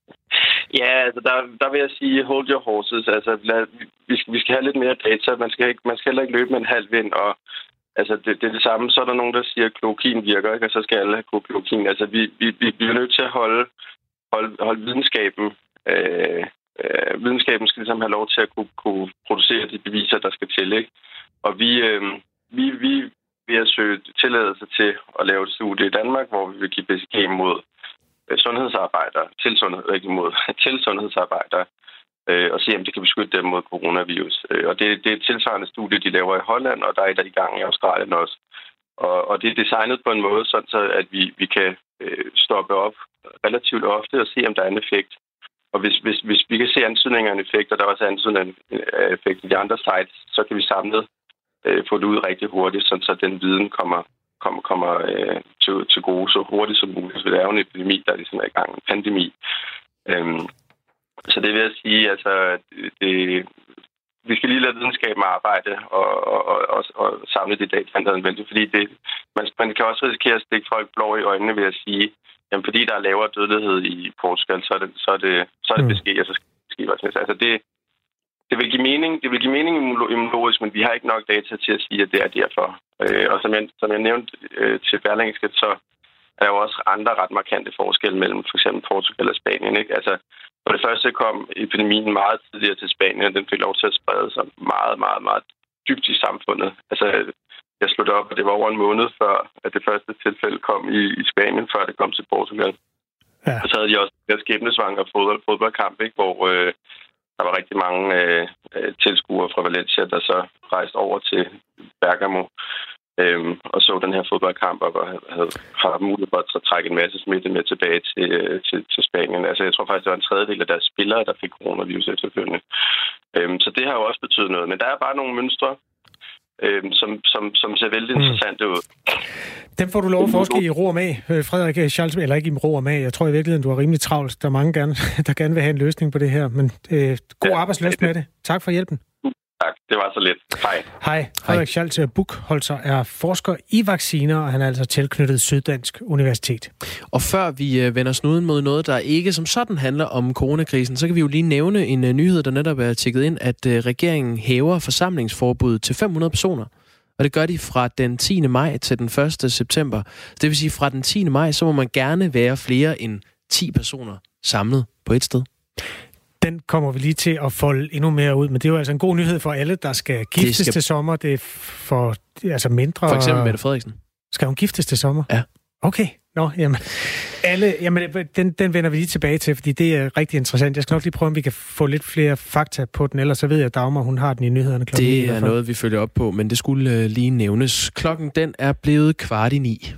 Ja, altså der, der vil jeg sige, hold your horses. Altså, lad, vi, skal, vi skal have lidt mere data. Man skal, ikke, man skal heller ikke løbe med en halv vind. Og, altså, det, det er det samme. Så er der nogen, der siger, at klorokin virker, ikke? Og så skal alle have klorokin. Altså, vi, vi, vi bliver nødt til at holde, holde, holde videnskaben. Øh, øh, videnskaben skal ligesom have lov til at kunne, kunne producere de beviser, der skal til, ikke? Og vi... Øh, vi, vi Vi har søgt tilladelse til at lave et studie i Danmark, hvor vi vil give B C G mod sundhedsarbejdere, til, sundhed, ikke mod, til sundhedsarbejdere, øh, og se, om det kan beskytte dem mod coronavirus. Og det, det er et tilsvarende studie, de laver i Holland, og der er et i gang i Australien også. Og, og det er designet på en måde, sådan så at vi, vi kan øh, stoppe op relativt ofte og se, om der er en effekt. Og hvis, hvis, hvis vi kan se ansøgninger af en effekt, og der er også ansøgninger af effekt i de andre sites, så kan vi samle få det ud rigtig hurtigt, så den viden kommer, kommer, kommer øh, til, til gode så hurtigt som muligt. Så det er jo en epidemi, der ligesom er i gang, en pandemi. Øhm, så det vil jeg sige, altså, det, vi skal lige lade videnskaben arbejde og, og, og, og samle de data, der er nødvendigt, fordi det, man, man kan også risikere at stikke folk blå i øjnene ved at sige, jamen fordi der er lavere dødelighed i Portugal, så er det, så er det, så er det besked, og så skal det ske. Altså det Det vil give mening, det vil give mening immunologisk, men vi har ikke nok data til at sige, at det er derfor. Øh, og som jeg, som jeg nævnte øh, til Berlingske, så er der jo også andre ret markante forskelle mellem for eksempel Portugal og Spanien. Ikke? Altså, for det første kom epidemien meget tidligere til Spanien, og den fik lov til at sprede sig meget, meget, meget dybt i samfundet. Altså, jeg slog det op, og det var over en måned før, at det første tilfælde kom i, i Spanien, før det kom til Portugal. Ja. Og så havde de også en skæbnesvanger fodbold, fodboldkamp, ikke? hvor... Øh, Der var rigtig mange øh, tilskuere fra Valencia, der så rejste over til Bergamo øh, og så den her fodboldkamp og havde, havde mulighed for at trække en masse smitte med tilbage til, til, til Spanien. Altså, jeg tror faktisk, det var en tredjedel af deres spillere, der fik coronavirus efterfølgende. Øh, så det har jo også betydet noget. Men der er bare nogle mønstre, øh, som, som, som ser vældig interessante ud. Dem får du lov at forske i ro og mag, Frederik Schaltz, eller ikke i ro og mag. Jeg tror i virkeligheden, du har rimelig travlt. Der er mange, gerne, der gerne vil have en løsning på det her. Men øh, god ja, arbejdsløst med det. Tak for hjælpen. Tak, det var så lidt. Hej. Hej. Frederik Schaltz Buchholzer er forsker i vacciner, og han er altså tilknyttet Syddansk Universitet. Og før vi vender snuden mod noget, der ikke som sådan handler om coronakrisen, så kan vi jo lige nævne en nyhed, der netop er tjekket ind, at regeringen hæver forsamlingsforbuddet til fem hundrede personer. Og det gør de fra den tiende maj til den første september. Det vil sige, fra den tiende maj, så må man gerne være flere end ti personer samlet på et sted. Den kommer vi lige til at folde endnu mere ud, men det er jo altså en god nyhed for alle, der skal giftes skal... til sommer. Det er for altså mindre... For eksempel Mette Frederiksen. Skal hun giftes til sommer? Ja. Okay. Nå, jamen, alle, jamen den, den vender vi lige tilbage til, fordi det er rigtig interessant. Jeg skal nok lige prøve, om vi kan få lidt flere fakta på den, ellers så ved jeg, at Dagmar, hun har den i nyhederne klokken. Det er noget, vi følger op på, men det skulle uh, lige nævnes. Klokken, den er blevet kvart i ni.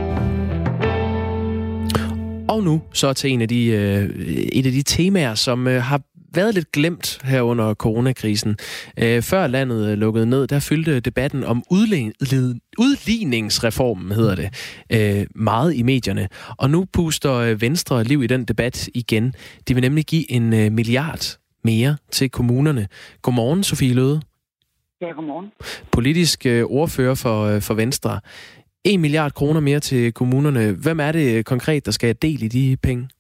Og nu så til en af de, øh, et af de temaer, som øh, har været lidt glemt her under coronakrisen. Øh, før landet øh, lukkede ned, der fyldte debatten om udle- udligningsreformen, hedder det, øh, meget i medierne. Og nu puster øh, Venstre liv i den debat igen. De vil nemlig give en øh, milliard mere til kommunerne. Godmorgen, Sofie Løde. Ja, godmorgen. Politisk øh, ordfører for, øh, for Venstre. En milliard kroner mere til kommunerne. Hvem er det konkret, der skal have del i de penge?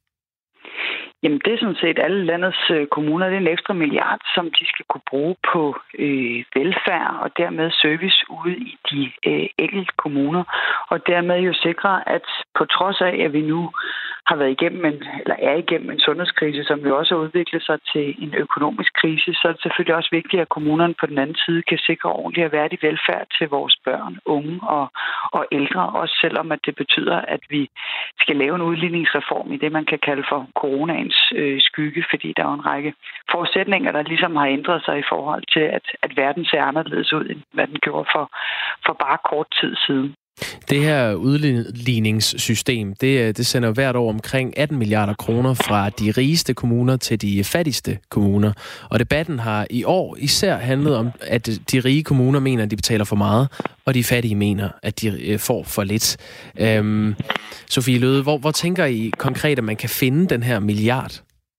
Jamen, det er sådan set alle landets kommuner. Det er en ekstra milliard, som de skal kunne bruge på øh, velfærd og dermed service ude i de øh, enkelte kommuner. Og dermed jo sikre, at på trods af, at vi nu har været igennem en, eller er igennem en sundhedskrise, som jo også har udviklet sig til en økonomisk krise, så er det selvfølgelig også vigtigt, at kommunerne på den anden side kan sikre ordentlig og værdig velfærd til vores børn, unge og, og ældre, også selvom at det betyder, at vi skal lave en udligningsreform i det, man kan kalde for coronaens øh, skygge, fordi der er en række forudsætninger, der ligesom har ændret sig i forhold til, at, at verden ser anderledes ud, end hvad den gjorde for, for bare kort tid siden. Det her udligningssystem, det, det sender hvert år omkring atten milliarder kroner fra de rigeste kommuner til de fattigste kommuner. Og debatten har i år især handlet om, at de rige kommuner mener, at de betaler for meget, og de fattige mener, at de får for lidt. Øhm, Sofie Løde, hvor, hvor tænker I konkret, at man kan finde den her milliard?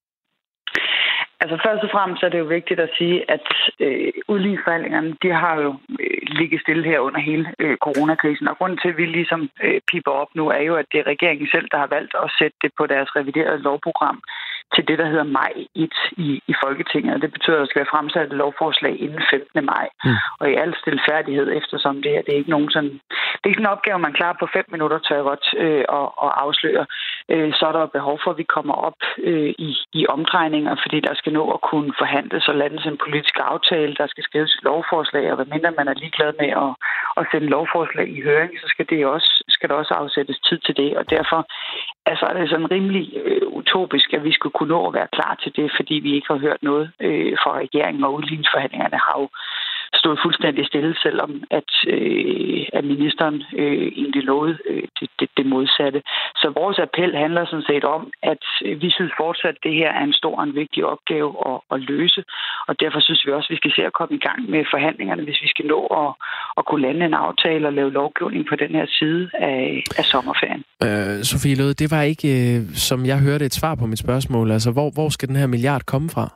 Altså først og fremmest er det jo vigtigt at sige, at øh, udligningsforhandlingerne, de har jo øh, ligget stille her under hele øh, coronakrisen. Og grunden til, at vi ligesom øh, piper op nu, er jo, at det er regeringen selv, der har valgt at sætte det på deres reviderede lovprogram til det, der hedder maj et i, i Folketinget. Og det betyder, at der skal være fremsat et lovforslag inden femtende maj. Mm. Og i al stilfærdighed, eftersom det her, det er ikke nogen sådan, det er ikke en opgave, man klarer på fem minutter, tør jeg godt øh, og, og afsløre. Øh, så er der behov for, at vi kommer op øh, i, i omdrejninger, fordi der skal nå at kunne forhandles og landes en politisk aftale, der skal skrives et lovforslag, og hvad mindre man er ligeglad med at, at sende lovforslag i høring, så skal, det også, skal der også afsættes tid til det, og derfor altså, er det sådan rimelig øh, utopisk, at vi skulle kunne nå at være klar til det, fordi vi ikke har hørt noget øh, fra regeringen, og udligningsforhandlingerne har jo stået fuldstændig stille, selvom at, øh, at ministeren øh, egentlig lovede øh, det, det, det modsatte. Så vores appel handler sådan set om, at vi synes fortsat, at det her er en stor og en vigtig opgave at, at løse, og derfor synes vi også, at vi skal se at komme i gang med forhandlingerne, hvis vi skal nå at, at kunne lande en aftale og lave lovgivning på den her side af, af sommerferien. Øh, Sofie Løde, det var ikke, øh, som jeg hørte, et svar på mit spørgsmål. Altså, hvor, hvor skal den her milliard komme fra?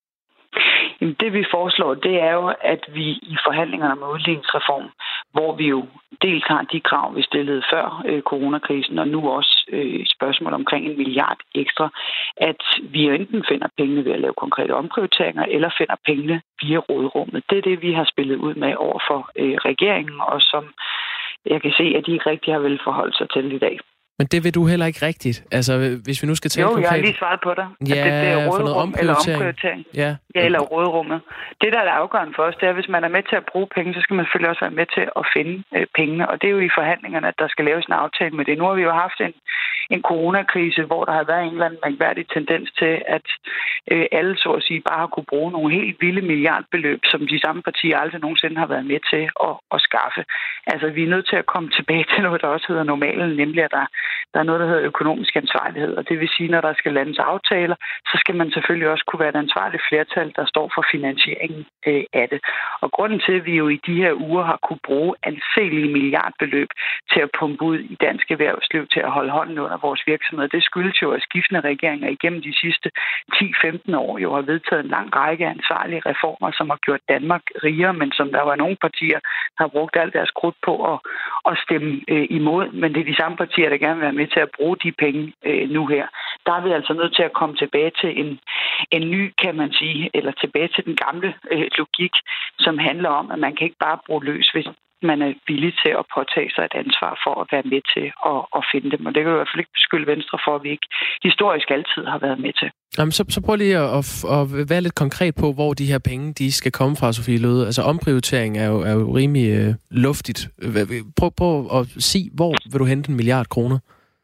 Jamen, det vi foreslår, det er jo, at vi i forhandlingerne om udligningsreform, hvor vi jo dels har de krav, vi stillede før øh, coronakrisen, og nu også øh, spørgsmål omkring en milliard ekstra, at vi jo enten finder pengene ved at lave konkrete omprioriteringer, eller finder pengene via råderummet. Det er det, vi har spillet ud med over for øh, regeringen, og som jeg kan se, at de ikke rigtig har vel forholdt sig til i dag. Men det vil du heller ikke rigtigt. Altså, hvis vi nu skal tage jo, konkret... jeg har lige svaret på dig. Ja, at det bliver for noget omprioritering. Eller omprioritering. Ja. Ja, eller råderummet. Det, der er afgørende for os, det er, at hvis man er med til at bruge penge, så skal man selvfølgelig også være med til at finde øh, pengene. Og det er jo i forhandlingerne, at der skal laves en aftale med det. Nu har vi jo haft en, en coronakrise, hvor der har været en eller anden mærkværdig tendens til, at øh, alle så at sige bare har kunne bruge nogle helt vilde milliardbeløb, som de samme partier aldrig nogensinde har været med til at, at skaffe. Altså, vi er nødt til at komme tilbage til noget, der også hedder normalen, nemlig at der, der er noget, der hedder økonomisk ansvarlighed. Og det vil sige, når der skal landes aftaler, så skal man selvfølgelig også kunne være et ansvarligt flertal, der står for finansieringen øh, af det. Og grunden til, at vi jo i de her uger har kunne bruge anselige milliardbeløb til at pumpe ud i dansk erhvervsliv til at holde hånden under vores virksomheder, det skyldes jo, at skiftende regeringer igennem de sidste ti til femten år jo har vedtaget en lang række ansvarlige reformer, som har gjort Danmark rigere, men som der var nogle partier, der har brugt alt deres krudt på at, at stemme øh, imod. Men det er de samme partier, der gerne vil være med til at bruge de penge øh, nu her. Der er vi altså nødt til at komme tilbage til en, en ny, kan man sige, eller tilbage til den gamle øh, logik, som handler om, at man kan ikke bare bruge løs, hvis man er villig til at påtage sig et ansvar for at være med til at, at finde dem. Og det kan jo i hvert fald ikke beskylde Venstre for, at vi ikke historisk altid har været med til. Jamen, så, så prøv lige at, at, at være lidt konkret på, hvor de her penge de skal komme fra, Sofie Løde. Altså omprioritering er jo, er jo rimelig øh, luftigt. Prøv, prøv at sige, hvor vil du hente en milliard kroner?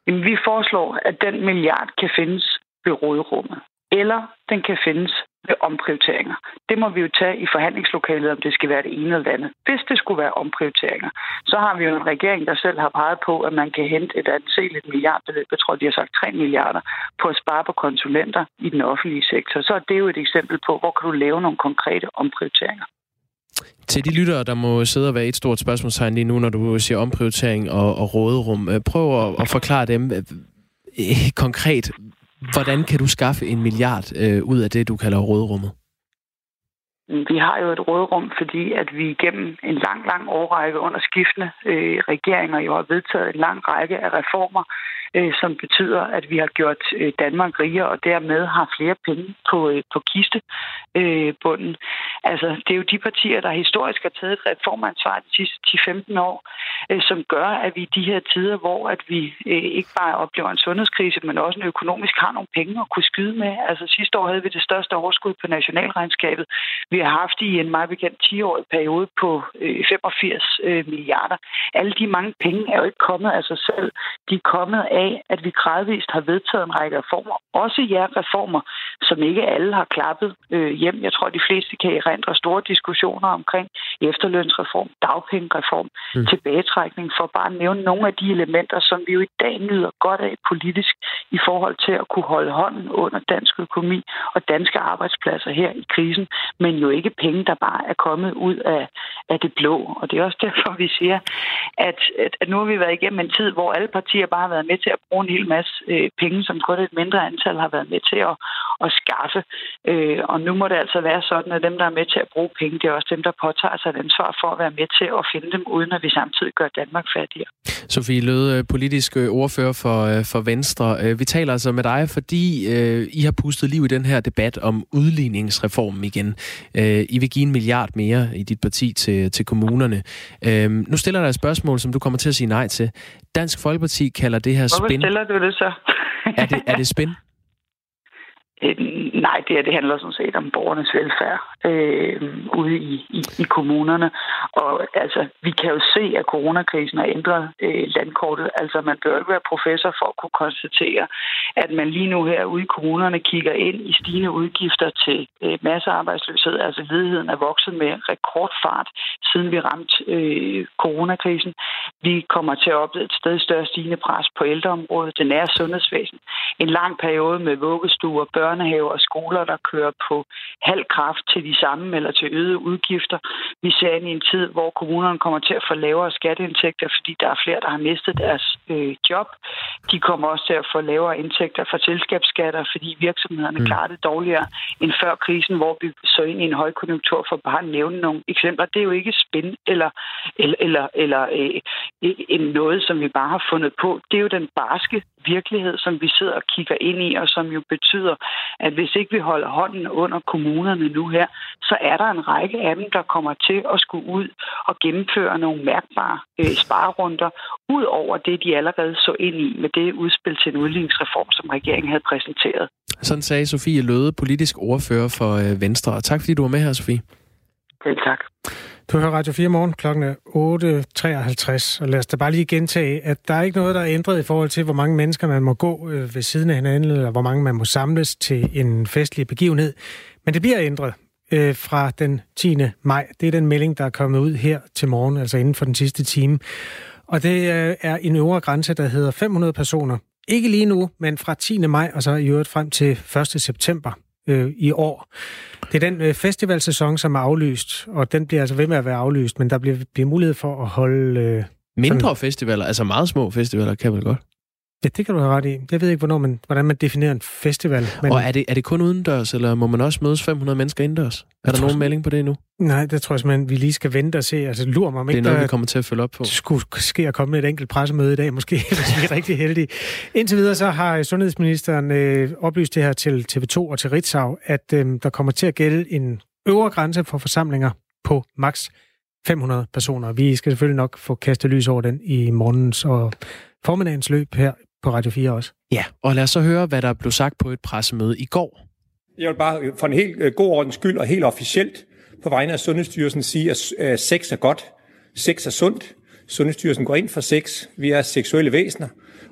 Jamen, vi foreslår, at den milliard kan findes ved råderummet, eller den kan findes ved omprioriteringer. Det må vi jo tage i forhandlingslokalet, om det skal være det ene eller det andet. Hvis det skulle være omprioriteringer, så har vi jo en regering, der selv har peget på, at man kan hente et anseligt milliardbeløb. Jeg tror, de har sagt tre milliarder på at spare på konsulenter i den offentlige sektor. Så er det jo et eksempel på, hvor kan du lave nogle konkrete omprioriteringer. Til de lyttere, der må sidde og være et stort spørgsmålstegn lige nu, når du siger omprioritering og, og råderum, prøv at, at forklare dem øh, konkret. Hvordan kan du skaffe en milliard øh, ud af det, du kalder råderummet? Vi har jo et råderum, fordi at vi gennem en lang, lang årrække under skiftende øh, regeringer jo har vedtaget en lang række af reformer, øh, som betyder, at vi har gjort øh, Danmark rigere og dermed har flere penge på, øh, på kistebunden. Øh, altså, det er jo de partier, der historisk har taget et reformansvar de sidste ti til femten år, øh, som gør, at vi i de her tider, hvor at vi øh, ikke bare oplever en sundhedskrise, men også en økonomisk har nogle penge at kunne skyde med. Altså sidste år havde vi det største overskud på nationalregnskabet. Vi har haft i en meget bekendt ti-årig periode på øh, femogfirs øh, milliarder. Alle de mange penge er jo ikke kommet af sig selv. De er kommet af, at vi gradvist har vedtaget en række reformer. Også ja, reformer, som ikke alle har klappet øh, hjem. Jeg tror, de fleste kan erindre store diskussioner omkring efterlønsreform, dagpengereform, mm. tilbagetrækning, for bare at nævne nogle af de elementer, som vi jo i dag nyder godt af politisk i forhold til at kunne holde hånden under dansk økonomi og danske arbejdspladser her i krisen, men jo ikke penge, der bare er kommet ud af, af det blå. Og det er også derfor, vi siger, at, at, at nu har vi været igennem en tid, hvor alle partier bare har været med til at bruge en hel masse øh, penge, som kun et mindre antal har været med til at, at skaffe. Øh, og nu må det altså være sådan, at dem, der er med til at bruge penge, det er også dem, der påtager sig et ansvar for at være med til at finde dem, uden at vi samtidig gør Danmark fattigere. Sofie Løhde, politisk ordfører for, for Venstre. Vi taler altså med dig, fordi øh, I har pustet liv i den her debat om udligningsreformen igen. Øh, I vil give en milliard mere i dit parti til, til kommunerne. Øh, nu stiller jeg dig et spørgsmål, som du kommer til at sige nej til. Dansk Folkeparti kalder det her spin. Hvorfor stiller du det så? er, det, er det spin? Øh, nej, det, det handler sådan set om borgernes velfærd øh, ude i, i, i kommunerne. Og altså, vi kan jo se, at coronakrisen har ændret øh, landkortet. Altså, man bør ikke være professor for at kunne konstatere, at man lige nu her ude i kommunerne kigger ind i stigende udgifter til øh, massearbejdsløshed. Altså, ledigheden er vokset med rekordfart, siden vi ramte øh, coronakrisen. Vi kommer til at opleve et stadig større stigende pres på ældreområdet, det nære sundhedsvæsen. En lang periode med vuggestuer, børnehaver og skoler, der kører på halv kraft til de samme eller til øgede udgifter. Vi ser ind i en tid, hvor kommunerne kommer til at få lavere skatteindtægter, fordi der er flere, der har mistet deres øh, job. De kommer også til at få lavere indtægter fra selskabsskatter, fordi virksomhederne mm. klarer det dårligere end før krisen, hvor vi så ind i en højkonjunktur, for bare at nævne nogle eksempler. Det er jo ikke spin eller, eller, eller, eller øh, noget, som vi bare har fundet på. Det er jo den barske virkelighed, som vi sidder og kigger ind i, og som jo betyder, at hvis ikke vi holder hånden under kommunerne nu her, så er der en række af dem, der kommer til at skulle ud og gennemføre nogle mærkbare øh, sparerunder, ud over det, de allerede så ind i med det udspil til en udligningsreform, som regeringen havde præsenteret. Sådan sagde Sofie Løhde, politisk ordfører for øh, Venstre. Og tak fordi du var med her, Sofie. Vel, tak. Du hører Radio fire morgen klokken er otte treoghalvtreds, og lad os da bare lige gentage, at der er ikke noget, der er ændret i forhold til, hvor mange mennesker man må gå øh, ved siden af hinanden, eller hvor mange man må samles til en festlig begivenhed. Men det bliver ændret øh, fra den tiende maj. Det er den melding, der er kommet ud her til morgen, altså inden for den sidste time. Og det øh, er en øvre grænse, der hedder fem hundrede personer. Ikke lige nu, men fra tiende maj og så i øvrigt frem til første september øh, i år. Det er den øh, festivalsæson, som er aflyst, og den bliver altså ved med at være aflyst, men der bliver, bliver mulighed for at holde... Øh, Mindre sådan... festivaler, altså meget små festivaler, kan vel godt? Ja, det kan du have ret i. Jeg ved ikke, hvornår man, hvordan man definerer en festival. Men... Og er det, er det kun udendørs, eller må man også mødes fem hundrede mennesker indendørs? Er der nogen melding på det nu? Nej, det tror jeg simpelthen, vi lige skal vente og se. Altså, lurer mig om det er ikke, noget, der vi kommer til at følge op på. Skulle ske at komme med et enkelt pressemøde i dag, måske, hvis vi er rigtig heldige. Indtil videre så har sundhedsministeren øh, oplyst det her til T V to og til Ritzau, at øh, der kommer til at gælde en øvre grænse for forsamlinger på maks fem hundrede personer. Vi skal selvfølgelig nok få kastet lys over den i morgens og formiddagens løb her på Radio fire også. Ja, og lad os så høre, hvad der blev sagt på et pressemøde i går. Jeg vil bare for en helt god ordens skyld og helt officielt på vegne af Sundhedsstyrelsen sige, at sex er godt. Sex er sundt. Sundhedsstyrelsen går ind for sex. Vi er seksuelle væsener.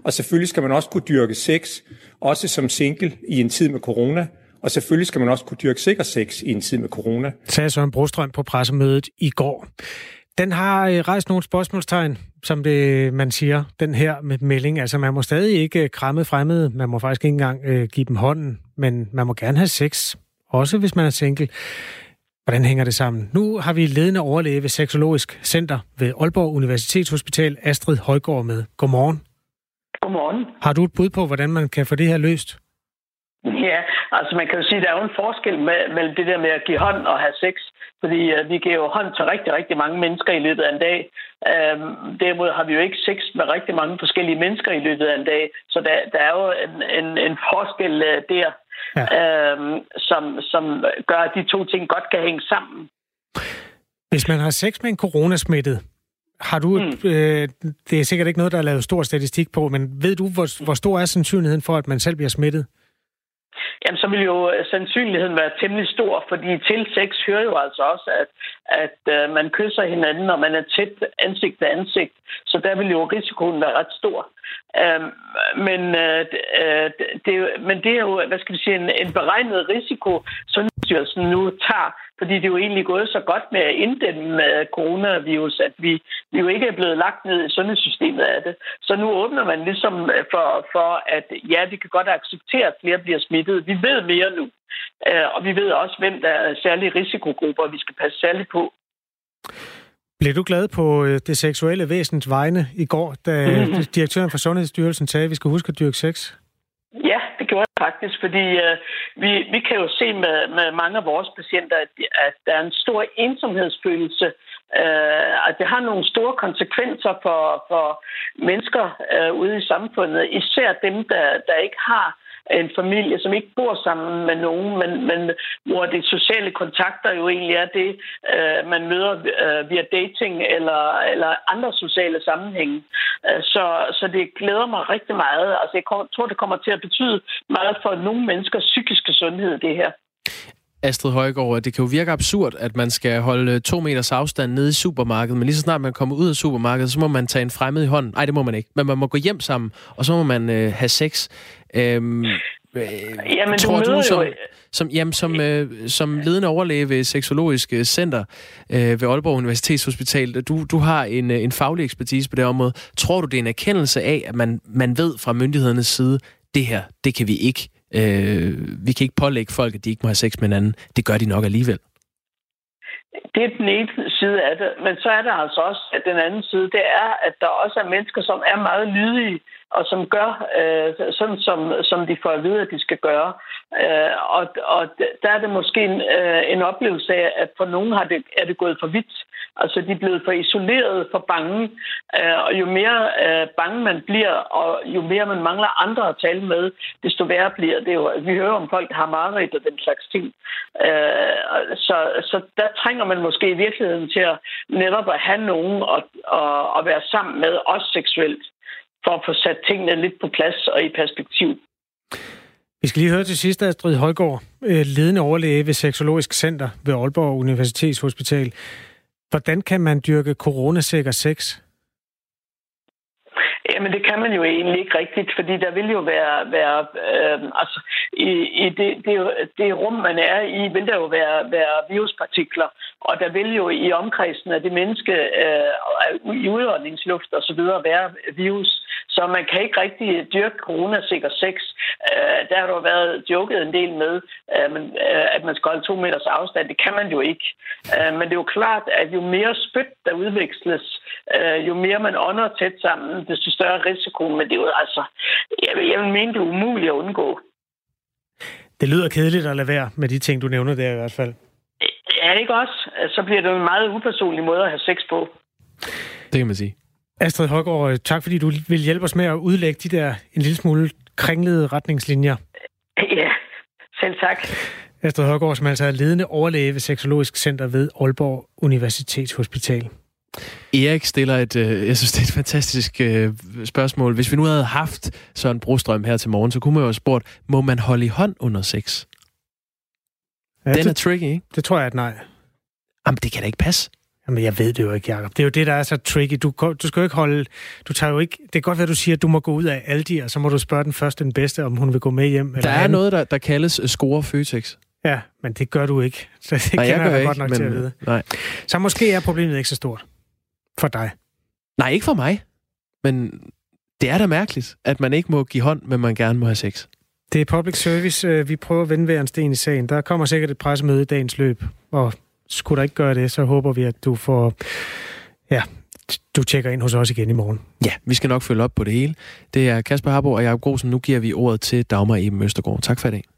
Og selvfølgelig skal man også kunne dyrke sex, også som single i en tid med corona. Og selvfølgelig skal man også kunne dyrke sikker sex i en tid med corona. Sagde Søren Brostrøm på pressemødet i går. Den har rejst nogle spørgsmålstegn, som det, man siger, den her med melding. Altså, man må stadig ikke kramme fremmede. Man må faktisk ikke engang øh, give dem hånden. Men man må gerne have sex, også hvis man er single. Hvordan hænger det sammen? Nu har vi ledende overlæge ved Sexologisk Center ved Aalborg Universitetshospital, Astrid Højgaard, med. Godmorgen. Godmorgen. Har du et bud på, hvordan man kan få det her løst? Ja, altså man kan jo sige, at der er jo en forskel mellem det der med at give hånd og have sex, fordi uh, vi giver jo hånd til rigtig, rigtig mange mennesker i løbet af en dag. Uh, derimod har vi jo ikke sex med rigtig mange forskellige mennesker i løbet af en dag, så der, der er jo en, en, en forskel uh, der, ja. uh, som, som gør, at de to ting godt kan hænge sammen. Hvis man har sex med en coronasmittet, har du, mm. øh, det er sikkert ikke noget, der er lavet stor statistik på, men ved du, hvor, hvor stor er sandsynligheden for, at man selv bliver smittet? Jamen, så vil jo sandsynligheden være temmelig stor, fordi til sex hører jo altså også, at, at uh, man kysser hinanden, og man er tæt ansigt til ansigt. Så der vil jo risikoen være ret stor. Uh, men, uh, det, men det er jo, hvad skal vi sige, en, en beregnet risiko, Sundhedsstyrelsen nu tager, fordi det er jo egentlig gået så godt med at inddæmme coronavirus, at vi, vi jo ikke er blevet lagt ned i sundhedssystemet af det. Så nu åbner man ligesom for, for at ja, vi kan godt acceptere, at flere bliver smittet. Vi ved mere nu, og vi ved også, hvem der er særlige risikogrupper, vi skal passe særligt på. Blev du glad på det seksuelle væsens vegne i går, da mm-hmm. direktøren for Sundhedsstyrelsen sagde, at vi skal huske at dyrke sex? Ja, det gjorde jeg faktisk, fordi øh, vi, vi kan jo se med, med mange af vores patienter, at, at der er en stor ensomhedsfølelse, øh, at det har nogle store konsekvenser for, for mennesker øh, ude i samfundet, især dem, der, der ikke har en familie, som ikke bor sammen med nogen, men, men hvor de sociale kontakter jo egentlig er det, øh, man møder øh, via dating eller, eller andre sociale sammenhænge. Øh, så, så det glæder mig rigtig meget. Altså, jeg tror, det kommer til at betyde meget for nogle menneskers psykiske sundhed, det her. Astrid Højgaard, det kan jo virke absurd, at man skal holde to meters afstand nede i supermarkedet, men lige så snart man kommer ud af supermarkedet, så må man tage en fremmed i hånden. Nej, det må man ikke. Men man må gå hjem sammen, og så må man øh, have sex. Øhm, øh, jamen, tror du, du som, jo... som, jamen, som, øh, som ledende overlæge ved Sexologisk Center øh, ved Aalborg Universitetshospital, du, du har en, en faglig ekspertise på det område. Tror du, det er en erkendelse af, at man, man ved fra myndighedernes side, det her, det kan vi ikke Øh, vi kan ikke pålægge folk, at de ikke må have sex med hinanden. Det gør de nok alligevel. Det er den ene side af det. Men så er der altså også, at den anden side, det er, at der også er mennesker, som er meget lydige, og som gør øh, sådan, som, som de får at vide, at de skal gøre. Øh, og, og der er det måske en, øh, en oplevelse af, at for nogen har det, er det gået for vidt. Altså, de er blevet for isoleret, for bange. Øh, og jo mere øh, bange man bliver, og jo mere man mangler andre at tale med, desto værre bliver det jo. Vi hører om folk, der har mareridt og den slags ting. Øh, så, så der trænger man måske i virkeligheden til at netop at have nogen og, og, og være sammen med, også seksuelt, for at få sat tingene lidt på plads og i perspektiv. Vi skal lige høre til sidst, Astrid Højgaard, ledende overlæge ved Sexologisk Center ved Aalborg Universitetshospital. Hvordan kan man dyrke coronasikker sex? Jamen, det kan man jo egentlig ikke rigtigt, fordi der vil jo være, være øh, altså, i, i det, det, det rum, man er i, vil der jo være, være viruspartikler, og der vil jo i omkredsen af det menneske øh, i udåndingsluft og så videre være virus. Så man kan ikke rigtig dyrke coronasikker sex. Øh, der har jo været joket en del med, øh, men, øh, at man skal holde to meters afstand. Det kan man jo ikke. Øh, men det er jo klart, at jo mere spyt der udveksles, øh, jo mere man ånder tæt sammen, desto større risiko. Men det er jo altså, jeg vil, jeg vil mene, det er umuligt at undgå. Det lyder kedeligt at lade være med de ting, du nævner der i hvert fald. Ja, ikke også? Så bliver det jo en meget upersonlig måde at have sex på. Det kan man sige. Astrid Højgaard, tak fordi du vil hjælpe os med at udlægge de der en lille smule kringlede retningslinjer. Ja, selv tak. Astrid Højgaard, som altså er ledende overlæge ved Sexologisk Center ved Aalborg Universitetshospital. Erik stiller et, øh, jeg synes, det er et fantastisk øh, spørgsmål. Hvis vi nu havde haft Søren Brostrøm her til morgen, så kunne man jo have spurgt, må man holde i hånd under sex? Ja, Den det, er tricky, ikke? Det tror jeg, at nej. Jamen, det kan da ikke passe. Jamen, jeg ved det jo ikke, Jacob. Det er jo det, der er så tricky. Du, du skal jo ikke holde... Du tager jo ikke... Det kan godt være, du siger, at du må gå ud af Aldi, og så må du spørge den første den bedste, om hun vil gå med hjem. Eller der er han. noget, der, der kaldes Score Føtex. Ja, men det gør du ikke. Så det nej, kender jeg, jeg ikke, godt nok men, til at vide. Nej. Så måske er problemet ikke så stort for dig. Nej, ikke for mig. Men det er da mærkeligt, at man ikke må give hånd, men man gerne må have sex. Det er public service. Vi prøver at vende hver en sten i sagen. Der kommer sikkert et pressemøde i dagens løb, og skulle der ikke gøre det, så håber vi, at du får... Ja, du tjekker ind hos os igen i morgen. Ja, vi skal nok følge op på det hele. Det er Kasper Harbo og Jacob Grosen. Nu giver vi ordet til Dagmar Eben Østergaard. Tak for i dag.